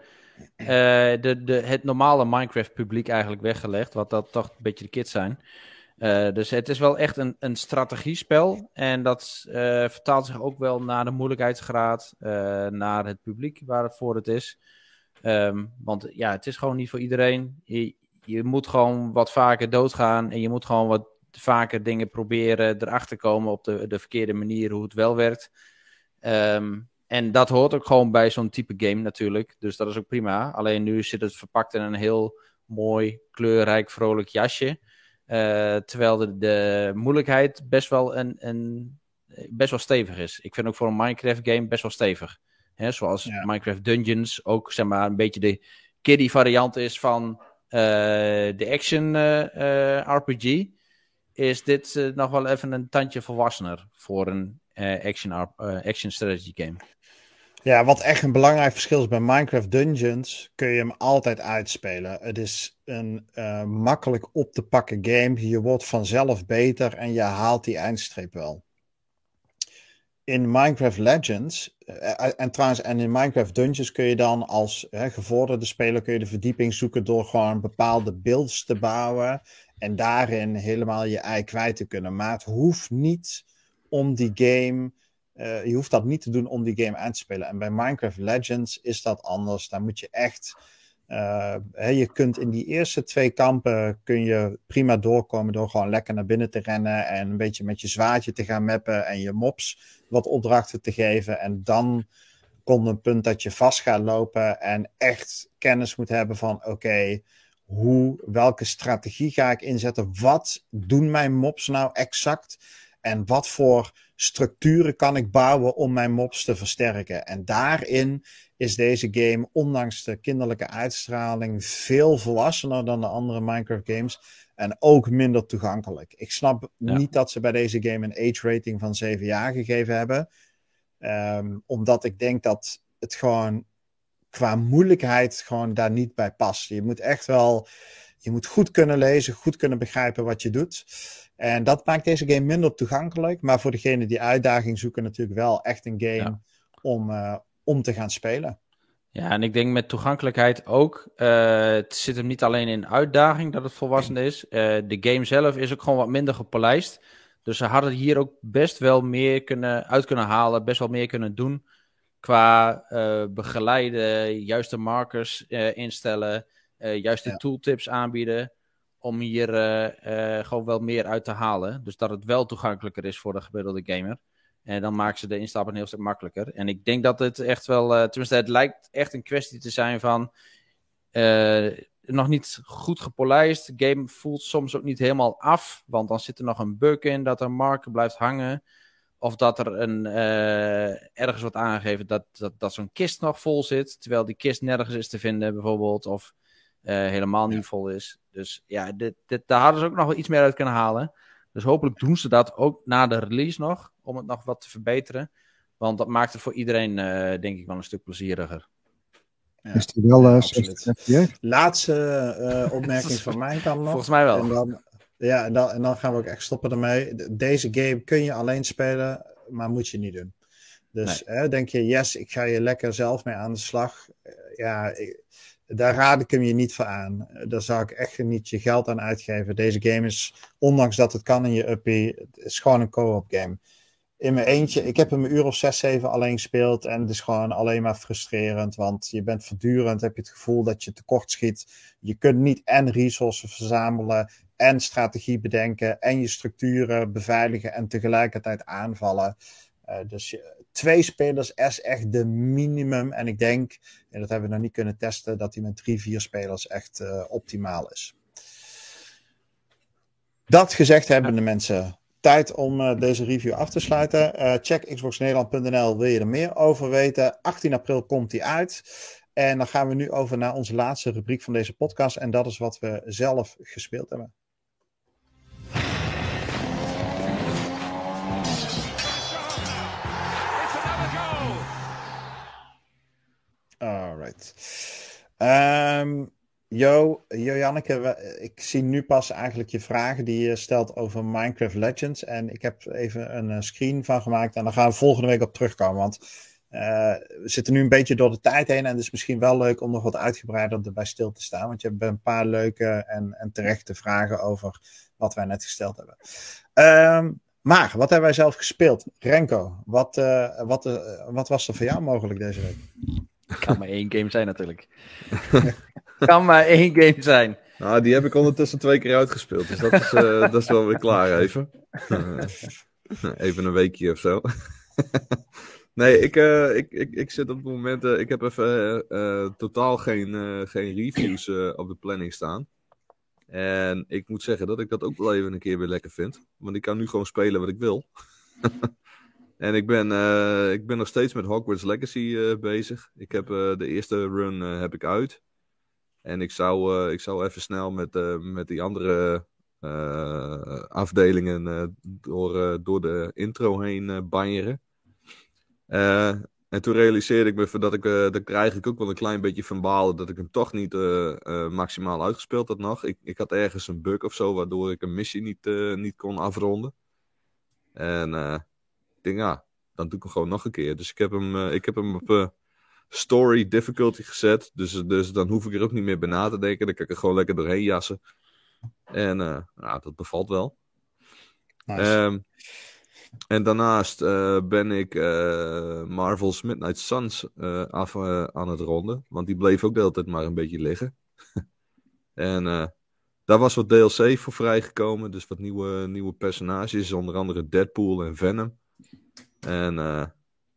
het normale Minecraft publiek eigenlijk weggelegd, wat dat toch een beetje de kids zijn. Dus het is wel echt een strategiespel. En dat vertaalt zich ook wel naar de moeilijkheidsgraad, naar het publiek waarvoor het is. Want ja, het is gewoon niet voor iedereen. Je moet gewoon wat vaker doodgaan en je moet gewoon wat vaker dingen proberen erachter komen op de verkeerde manier hoe het wel werkt. En dat hoort ook gewoon bij zo'n type game natuurlijk. Dus dat is ook prima. Alleen nu zit het verpakt in een heel mooi, kleurrijk, vrolijk jasje. Terwijl de moeilijkheid best wel best wel stevig is. Ik vind ook voor een Minecraft game best wel stevig. Zoals Minecraft Dungeons ook zeg maar een beetje de kiddie variant is van de action RPG. Is dit nog wel even een tandje volwassener voor een action strategy game. Ja, wat echt een belangrijk verschil is bij Minecraft Dungeons, kun je hem altijd uitspelen. Het is een makkelijk op te pakken game. Je wordt vanzelf beter en je haalt die eindstreep wel. In Minecraft Legends, en in Minecraft Dungeons kun je dan als gevorderde speler kun je de verdieping zoeken door gewoon bepaalde builds te bouwen en daarin helemaal je ei kwijt te kunnen. Maar het hoeft niet om die game... je hoeft dat niet te doen om die game aan te spelen. En bij Minecraft Legends is dat anders. Daar moet je echt... je kunt in die eerste 2 kampen kun je prima doorkomen door gewoon lekker naar binnen te rennen en een beetje met je zwaardje te gaan mappen en je mobs wat opdrachten te geven. En dan komt een punt dat je vast gaat lopen en echt kennis moet hebben van oké, welke strategie ga ik inzetten? Wat doen mijn mobs nou exact? En wat voor structuren kan ik bouwen om mijn mobs te versterken? En daarin is deze game, ondanks de kinderlijke uitstraling, veel volwassener dan de andere Minecraft games. En ook minder toegankelijk. Ik snap niet dat ze bij deze game een age rating van 7 jaar gegeven hebben. Omdat ik denk dat het gewoon qua moeilijkheid gewoon daar niet bij past. Je moet echt wel... Je moet goed kunnen lezen, goed kunnen begrijpen wat je doet. En dat maakt deze game minder toegankelijk. Maar voor degenen die uitdaging zoeken natuurlijk wel echt een game om te gaan spelen. Ja, en ik denk met toegankelijkheid ook. Het zit hem niet alleen in uitdaging dat het volwassen is. De game zelf is ook gewoon wat minder gepolijst. Dus ze hadden hier ook best wel meer uit kunnen halen. Best wel meer kunnen doen. Qua begeleiden, juiste markers instellen. Juiste tooltips aanbieden. Om hier gewoon wel meer uit te halen. Dus dat het wel toegankelijker is voor de gemiddelde gamer. En dan maken ze de instap een heel stuk makkelijker. En ik denk dat het echt wel... tenminste, het lijkt echt een kwestie te zijn van... nog niet goed gepolijst. De game voelt soms ook niet helemaal af. Want dan zit er nog een bug in dat een marker blijft hangen. Of dat er ergens wordt aangegeven dat zo'n kist nog vol zit. Terwijl die kist nergens is te vinden bijvoorbeeld. Of helemaal niet vol is. Dus ja, daar hadden ze ook nog wel iets meer uit kunnen halen. Dus hopelijk doen ze dat ook na de release nog. Om het nog wat te verbeteren. Want dat maakt het voor iedereen denk ik wel een stuk plezieriger. Ja, is die wel 60 FPS? Laatste opmerking van mij dan nog. Volgens mij wel. En dan gaan we ook echt stoppen ermee. Deze game kun je alleen spelen, maar moet je niet doen. Dus denk je, yes, ik ga je lekker zelf mee aan de slag. Daar raad ik hem je niet voor aan. Daar zou ik echt niet je geld aan uitgeven. Deze game is, ondanks dat het kan in je uppie, het is gewoon een co-op game. In mijn eentje, ik heb hem 1 uur of 6, 7 alleen gespeeld en het is gewoon alleen maar frustrerend, want je bent voortdurend, heb je het gevoel dat je tekort schiet. Je kunt niet en resources verzamelen en strategie bedenken en je structuren beveiligen en tegelijkertijd aanvallen. Dus 2 spelers is echt de minimum en ik denk, en dat hebben we nog niet kunnen testen, dat die met 3, 4 spelers echt optimaal is. Dat gezegd hebben de mensen... Tijd om deze review af te sluiten. Check xboxnederland.nl, wil je er meer over weten. 18 april komt die uit. En dan gaan we nu over naar onze laatste rubriek van deze podcast. En dat is wat we zelf gespeeld hebben. Alright. Janneke, ik zie nu pas eigenlijk je vragen die je stelt over Minecraft Legends. En ik heb even een screen van gemaakt en daar gaan we volgende week op terugkomen. Want we zitten nu een beetje door de tijd heen en het is misschien wel leuk om nog wat uitgebreider erbij stil te staan. Want je hebt een paar leuke en terechte vragen over wat wij net gesteld hebben. Maar, wat hebben wij zelf gespeeld? Renko, wat was er voor jou mogelijk deze week? Kan maar 1 game zijn natuurlijk. Kan maar 1 game zijn. Nou, die heb ik ondertussen 2 keer uitgespeeld. Dus dat is wel weer klaar even. Even een weekje of zo. Nee, ik zit op het moment... ik heb even totaal geen reviews op de planning staan. En ik moet zeggen dat ik dat ook wel even een keer weer lekker vind. Want ik kan nu gewoon spelen wat ik wil. En ik ben nog steeds met Hogwarts Legacy bezig. Ik heb de eerste run heb ik uit. En ik zou even snel met die andere afdelingen door de intro heen banjeren. En toen realiseerde ik me dat ik er eigenlijk ook wel een klein beetje van baalde dat ik hem toch niet maximaal uitgespeeld had nog. Ik had ergens een bug of zo, waardoor ik een missie niet kon afronden. En ik denk, dan doe ik hem gewoon nog een keer. Dus ik heb hem op story difficulty gezet. Dus dan hoef ik er ook niet meer bij na te denken. Dan kan ik er gewoon lekker doorheen jassen. En dat bevalt wel. Nice. En daarnaast ben ik Marvel's Midnight Suns aan het ronden. Want die bleef ook de hele tijd maar een beetje liggen. En daar was wat DLC voor vrijgekomen. Dus wat nieuwe personages. Onder andere Deadpool en Venom. En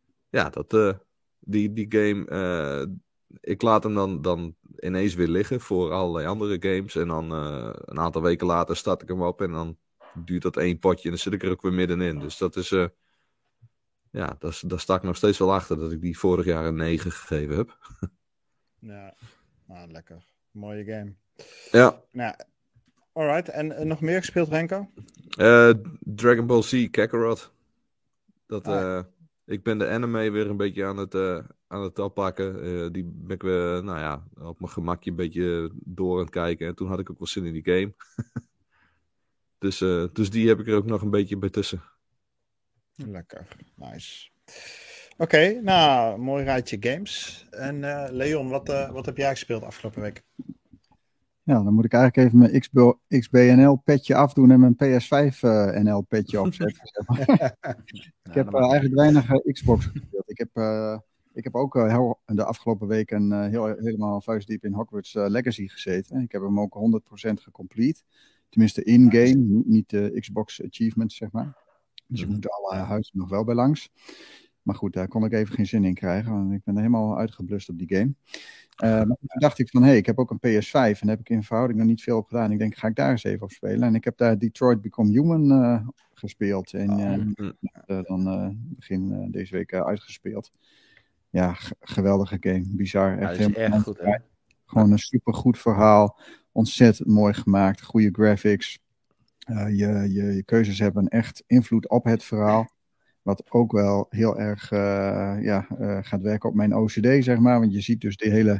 die game... ik laat hem dan ineens weer liggen voor allerlei andere games. En dan een aantal weken later start ik hem op. En dan duurt dat 1 potje en dan zit ik er ook weer middenin. Dus dat is... daar sta ik nog steeds wel achter dat ik die vorig jaar een 9 gegeven heb. Ja, lekker. Mooie game. Ja. Nou, alright. En nog meer gespeeld, Renko? Dragon Ball Z Kakarot. Ik ben de anime weer een beetje aan het oppakken. Die ben ik weer, op mijn gemakje een beetje door aan het kijken. En toen had ik ook wel zin in die game. Dus die heb ik er ook nog een beetje bij tussen. Lekker, nice. Oké, nou, mooi rijtje games. En Leon, wat heb jij gespeeld afgelopen week? Ja, dan moet ik eigenlijk even mijn XBNL-petje afdoen en mijn PS5-NL-petje opzetten. Zeg maar. Ik heb eigenlijk weinig Xbox gespeeld. Ik heb ook de afgelopen weken helemaal vuistdiep in Hogwarts Legacy gezeten. Ik heb hem ook 100% gecomplete. Tenminste in-game, niet de Xbox achievements, zeg maar. Dus ik moet alle huizen nog wel bij langs. Maar goed, daar kon ik even geen zin in krijgen. Want ik ben helemaal uitgeblust op die game. Maar toen dacht ik van, ik heb ook een PS5. En daar heb ik in verhouding nog niet veel op gedaan. Ik denk, ga ik daar eens even op spelen. En ik heb daar Detroit Become Human gespeeld. En dan begin deze week uitgespeeld. Ja, geweldige game. Bizar. Ja, dat is echt goed, hè? Gewoon een supergoed verhaal. Ontzettend mooi gemaakt. Goede graphics. Je keuzes hebben echt invloed op het verhaal. Wat ook wel heel erg gaat werken op mijn OCD, zeg maar. Want je ziet dus die hele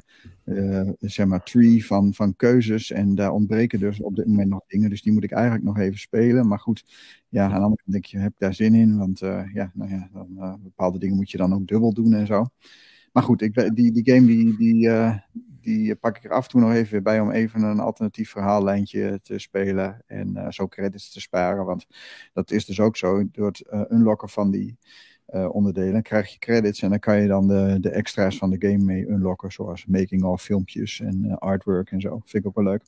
tree van keuzes. En daar ontbreken dus op dit moment nog dingen. Dus die moet ik eigenlijk nog even spelen. Maar goed, aan de andere kant denk je, heb ik daar zin in? Want bepaalde dingen moet je dan ook dubbel doen en zo. Maar goed, die game die pak ik er af en toe nog even weer bij om even een alternatief verhaallijntje te spelen en zo credits te sparen. Want dat is dus ook zo, door het unlocken van die onderdelen krijg je credits en dan kan je dan de extra's van de game mee unlocken, zoals making-of filmpjes en artwork en zo. Vind ik ook wel leuk.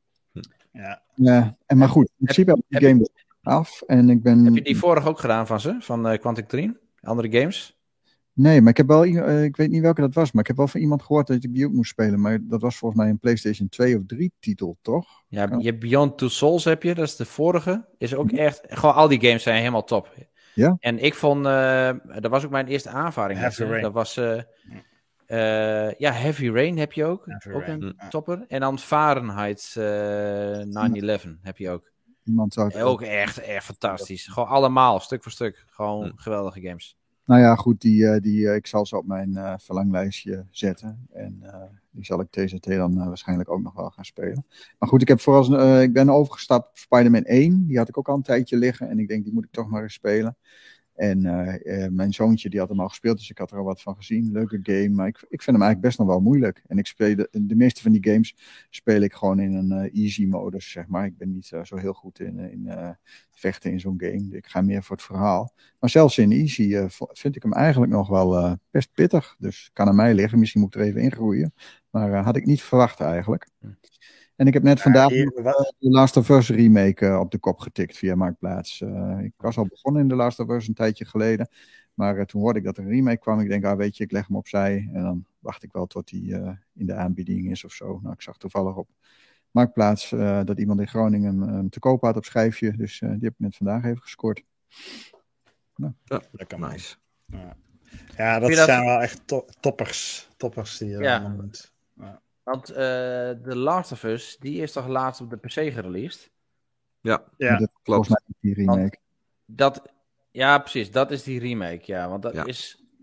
Ja. Maar goed, in principe heb ik die game af en ik ben... Heb je die vorige ook gedaan van Quantic Dream? Andere games? Nee, maar ik heb wel, ik weet niet welke dat was, maar ik heb wel van iemand gehoord dat ik die ook moest spelen. Maar dat was volgens mij een PlayStation 2 of 3 titel, toch? Ja, je hebt Beyond Two Souls dat is de vorige. Is ook echt, gewoon al die games zijn helemaal top. Ja? En ik vond, dat was ook mijn eerste aanvaring. Heavy Rain. Dat was, Heavy Rain heb je ook. Heavy Ook Rain. een topper. En dan Fahrenheit 9/11 heb je ook. Iemand zou het Ook echt fantastisch. Gewoon allemaal, stuk voor stuk. Gewoon geweldige games. Nou ja, goed, ik zal ze op mijn verlanglijstje zetten. En die zal ik TZT dan waarschijnlijk ook nog wel gaan spelen. Maar goed, ik ben overgestapt op Spider-Man 1. Die had ik ook al een tijdje liggen. En ik denk, die moet ik toch maar eens spelen. En mijn zoontje, die had hem al gespeeld. Dus ik had er al wat van gezien. Leuke game. Maar ik vind hem eigenlijk best nog wel moeilijk. En ik speel de meeste van die games speel ik gewoon in een easy modus, zeg maar. Ik ben niet zo heel goed in vechten in zo'n game. Ik ga meer voor het verhaal. Maar zelfs in easy vind ik hem eigenlijk nog wel best pittig. Dus kan aan mij liggen. Misschien moet ik er even ingroeien. Maar had ik niet verwacht eigenlijk. En ik heb net vandaag de Last of Us remake op de kop getikt via Marktplaats. Ik was al begonnen in de Last of Us een tijdje geleden. Maar toen hoorde ik dat er een remake kwam. Ik denk, weet je, ik leg hem opzij. En dan wacht ik wel tot die in de aanbieding is of zo. Nou, ik zag toevallig op Marktplaats dat iemand in Groningen hem te koop had op schijfje. Dus die heb ik net vandaag even gescoord. Nou. Ja, lekker nice. Ja, dat zijn wel echt toppers. Toppers die je dan moet. Want The Last of Us, die is toch laatst op de PC gereleased? Ja, dat klopt. Die remake. Ja, precies. Dat is die remake, ja. Want dat is...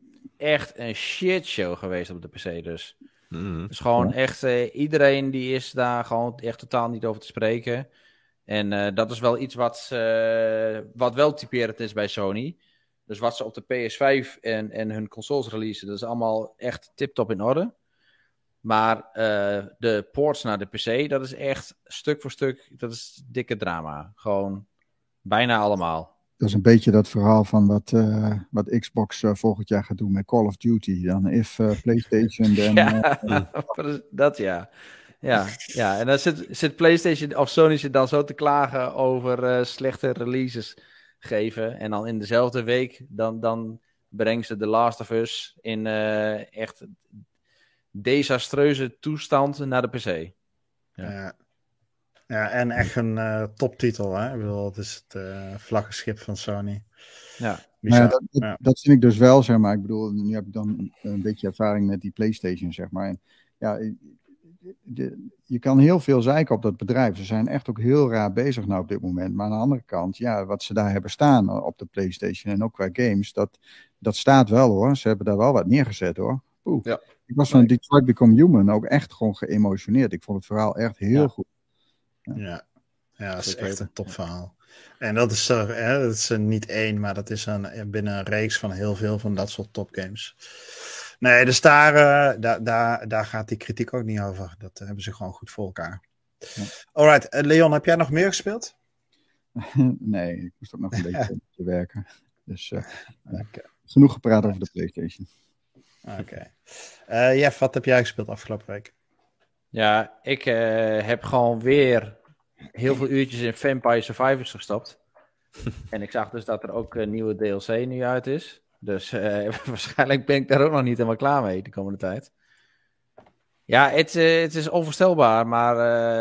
echt een shitshow geweest op de PC dus. Mhm. Dus gewoon echt, iedereen die is daar gewoon echt totaal niet over te spreken. En dat is wel iets wat wel typerend is bij Sony. Dus wat ze op de PS5 en hun consoles releasen, dat is allemaal echt tip-top in orde. Maar de ports naar de PC, dat is echt stuk voor stuk, dat is dikke drama. Gewoon bijna allemaal. Dat is een beetje dat verhaal van wat Xbox volgend jaar gaat doen met Call of Duty. Dan if PlayStation, dan... Dat ja. Ja, en dan zit PlayStation of Sony zit dan zo te klagen over slechte releases geven. En dan in dezelfde week, dan brengen ze The Last of Us in echt desastreuze toestand naar de PC. Ja, en echt een toptitel, hè? Ik bedoel, het is het vlaggenschip van Sony. Ja. Dat vind ik dus wel, zeg maar. Ik bedoel, nu heb ik dan een beetje ervaring met die PlayStation, zeg maar. En, ja, je kan heel veel zeiken op dat bedrijf. Ze zijn echt ook heel raar bezig nou op dit moment. Maar aan de andere kant, ja, wat ze daar hebben staan op de PlayStation en ook qua games, dat staat wel hoor. Ze hebben daar wel wat neergezet hoor. Ja. Ik was van Detroit Become Human ook echt gewoon geëmotioneerd. Ik vond het verhaal echt heel goed. Ja, dat is echt een topverhaal. En dat is dat is niet één, maar dat is binnen een reeks van heel veel van dat soort topgames. Nee, dus daar gaat die kritiek ook niet over. Dat hebben ze gewoon goed voor elkaar. Ja. Alright, Leon, heb jij nog meer gespeeld? Nee, ik moest ook nog een beetje te werken. Dus genoeg gepraat over de PlayStation. Oké. Jeff, wat heb jij gespeeld afgelopen week? Ja, ik heb gewoon weer heel veel uurtjes in Vampire Survivors gestopt. En ik zag dus dat er ook een nieuwe DLC nu uit is. Dus waarschijnlijk ben ik daar ook nog niet helemaal klaar mee de komende tijd. Ja, het is onvoorstelbaar, maar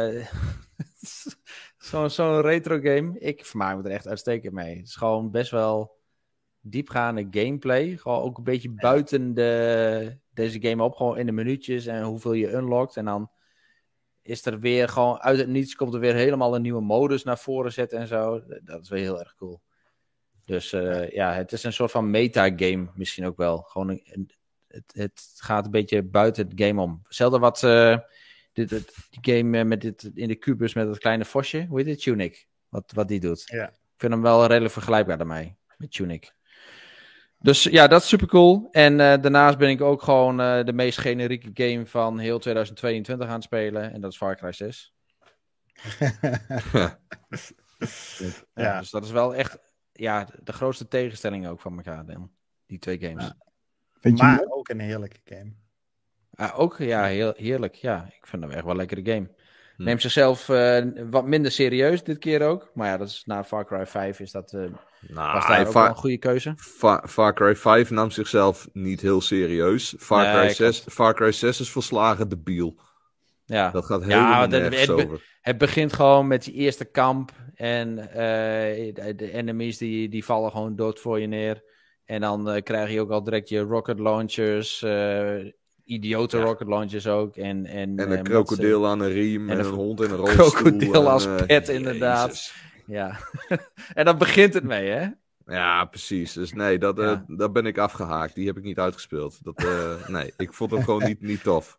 zo'n retro game, ik vermaak me er echt uitstekend mee. Het is gewoon best wel diepgaande gameplay. Gewoon ook een beetje buiten deze game op, gewoon in de minuutjes en hoeveel je unlockt. En dan is er weer gewoon uit het niets, komt er weer helemaal een nieuwe modus naar voren zetten en zo. Dat is wel heel erg cool. Dus het is een soort van metagame misschien ook wel. Gewoon het gaat een beetje buiten het game om. Hetzelfde wat die game met in de kubus met dat kleine vosje. Hoe heet het? Tunic. Wat die doet. Ja. Ik vind hem wel redelijk vergelijkbaar daarmee. Met Tunic. Dus ja, dat is super cool. En daarnaast ben ik ook gewoon de meest generieke game van heel 2022 aan het spelen. En dat is Far Cry 6. Ja, dus dat is wel echt de grootste tegenstelling ook van elkaar dan. Die twee games. Ja. Maar ook een heerlijke game. Ook, ja, heel heerlijk. Ja, ik vind hem echt wel een lekkere game. Neemt zichzelf wat minder serieus dit keer ook. Maar ja, dat is na Far Cry 5 is dat was daar ook wel een goede keuze. Far Cry 5 nam zichzelf niet heel serieus. Far Cry 6 is volslagen debiel. Ja. Dat gaat helemaal nergens over. Het begint gewoon met die eerste kamp. En de enemies die vallen gewoon dood voor je neer. En dan krijg je ook al direct je rocket launchers. Idiote rocket launchers ook. En een krokodil aan een riem. En een hond in een rolstoel. Krokodil als pet, inderdaad. Jezus. Ja. En dan begint het mee, hè? Ja, precies. Dus nee, daar ben ik afgehaakt. Die heb ik niet uitgespeeld. Nee, ik vond hem gewoon niet tof.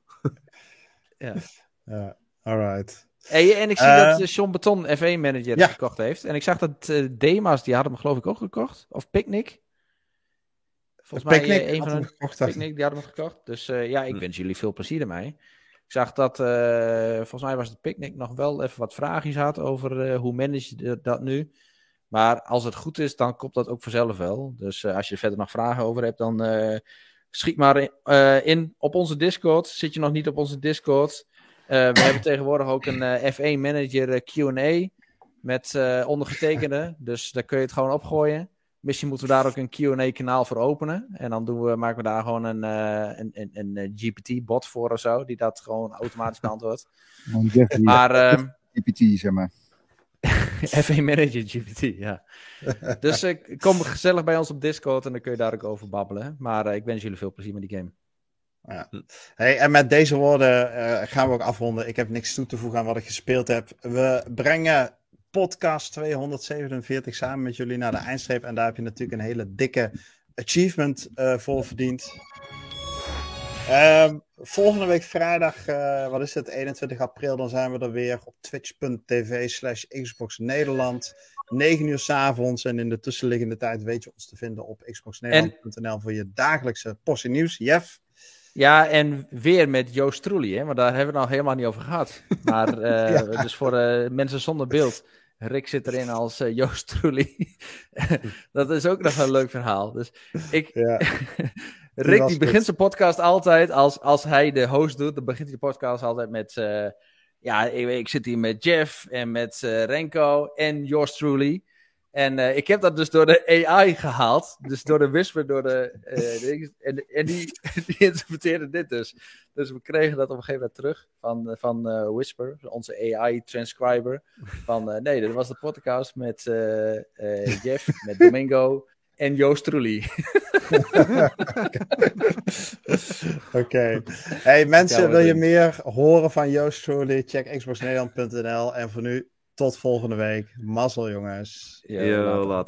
Ja, alright. Hey, en ik zie dat Sean Beton F1-manager gekocht heeft. En ik zag dat Demas, die had hem geloof ik ook gekocht. Of Picnic. Volgens mij een van hun Picnic, die hadden hem gekocht. Dus ik wens jullie veel plezier ermee. Ik zag dat, volgens mij was het Picnic nog wel even wat vraagjes had over hoe manage je dat nu. Maar als het goed is, dan komt dat ook vanzelf wel. Dus als je er verder nog vragen over hebt, dan schiet maar in op onze Discord. Zit je nog niet op onze Discord? We hebben tegenwoordig ook een F1 Manager Q&A met ondergetekende. Dus daar kun je het gewoon opgooien. Misschien moeten we daar ook een Q&A-kanaal voor openen. En dan maken we daar gewoon een GPT-bot voor of zo, die dat gewoon automatisch beantwoordt. Maar GPT, zeg maar. F1 Manager GPT, ja. Dus kom gezellig bij ons op Discord en dan kun je daar ook over babbelen. Maar ik wens jullie veel plezier met die game. Ja. Hey, en met deze woorden gaan we ook afronden. Ik heb niks toe te voegen aan wat ik gespeeld heb. We brengen podcast 247 samen met jullie naar de eindstreep. En daar heb je natuurlijk een hele dikke achievement voor verdiend. Volgende week vrijdag, wat is het, 21 april, dan zijn we er weer op twitch.tv/Xbox Nederland. 9 uur 's avonds en in de tussenliggende tijd weet je ons te vinden op xboxnederland.nl voor je dagelijkse portie nieuws. Jeff? Ja, en weer met Joost Trulli, hè? Want daar hebben we het nog helemaal niet over gehad. Maar dus voor mensen zonder beeld, Rick zit erin als Joost Trulli. Dat is ook nog een leuk verhaal. Dus Rick die begint zijn podcast altijd, als hij de host doet, dan begint hij de podcast altijd met... ik zit hier met Jeff en met Renko en Yours Truly. En ik heb dat dus door de AI gehaald. Dus door de Whisper, en die interpreteerde dit dus. Dus we kregen dat op een gegeven moment terug van Whisper, onze AI-transcriber. Nee, dit was de podcast met Jeff, met Domingo en Joost Truly. Oké. Hey mensen, wil je meer horen van Joost Truly? Check xboxnederland.nl. En voor nu, tot volgende week. Mazzel jongens. Later.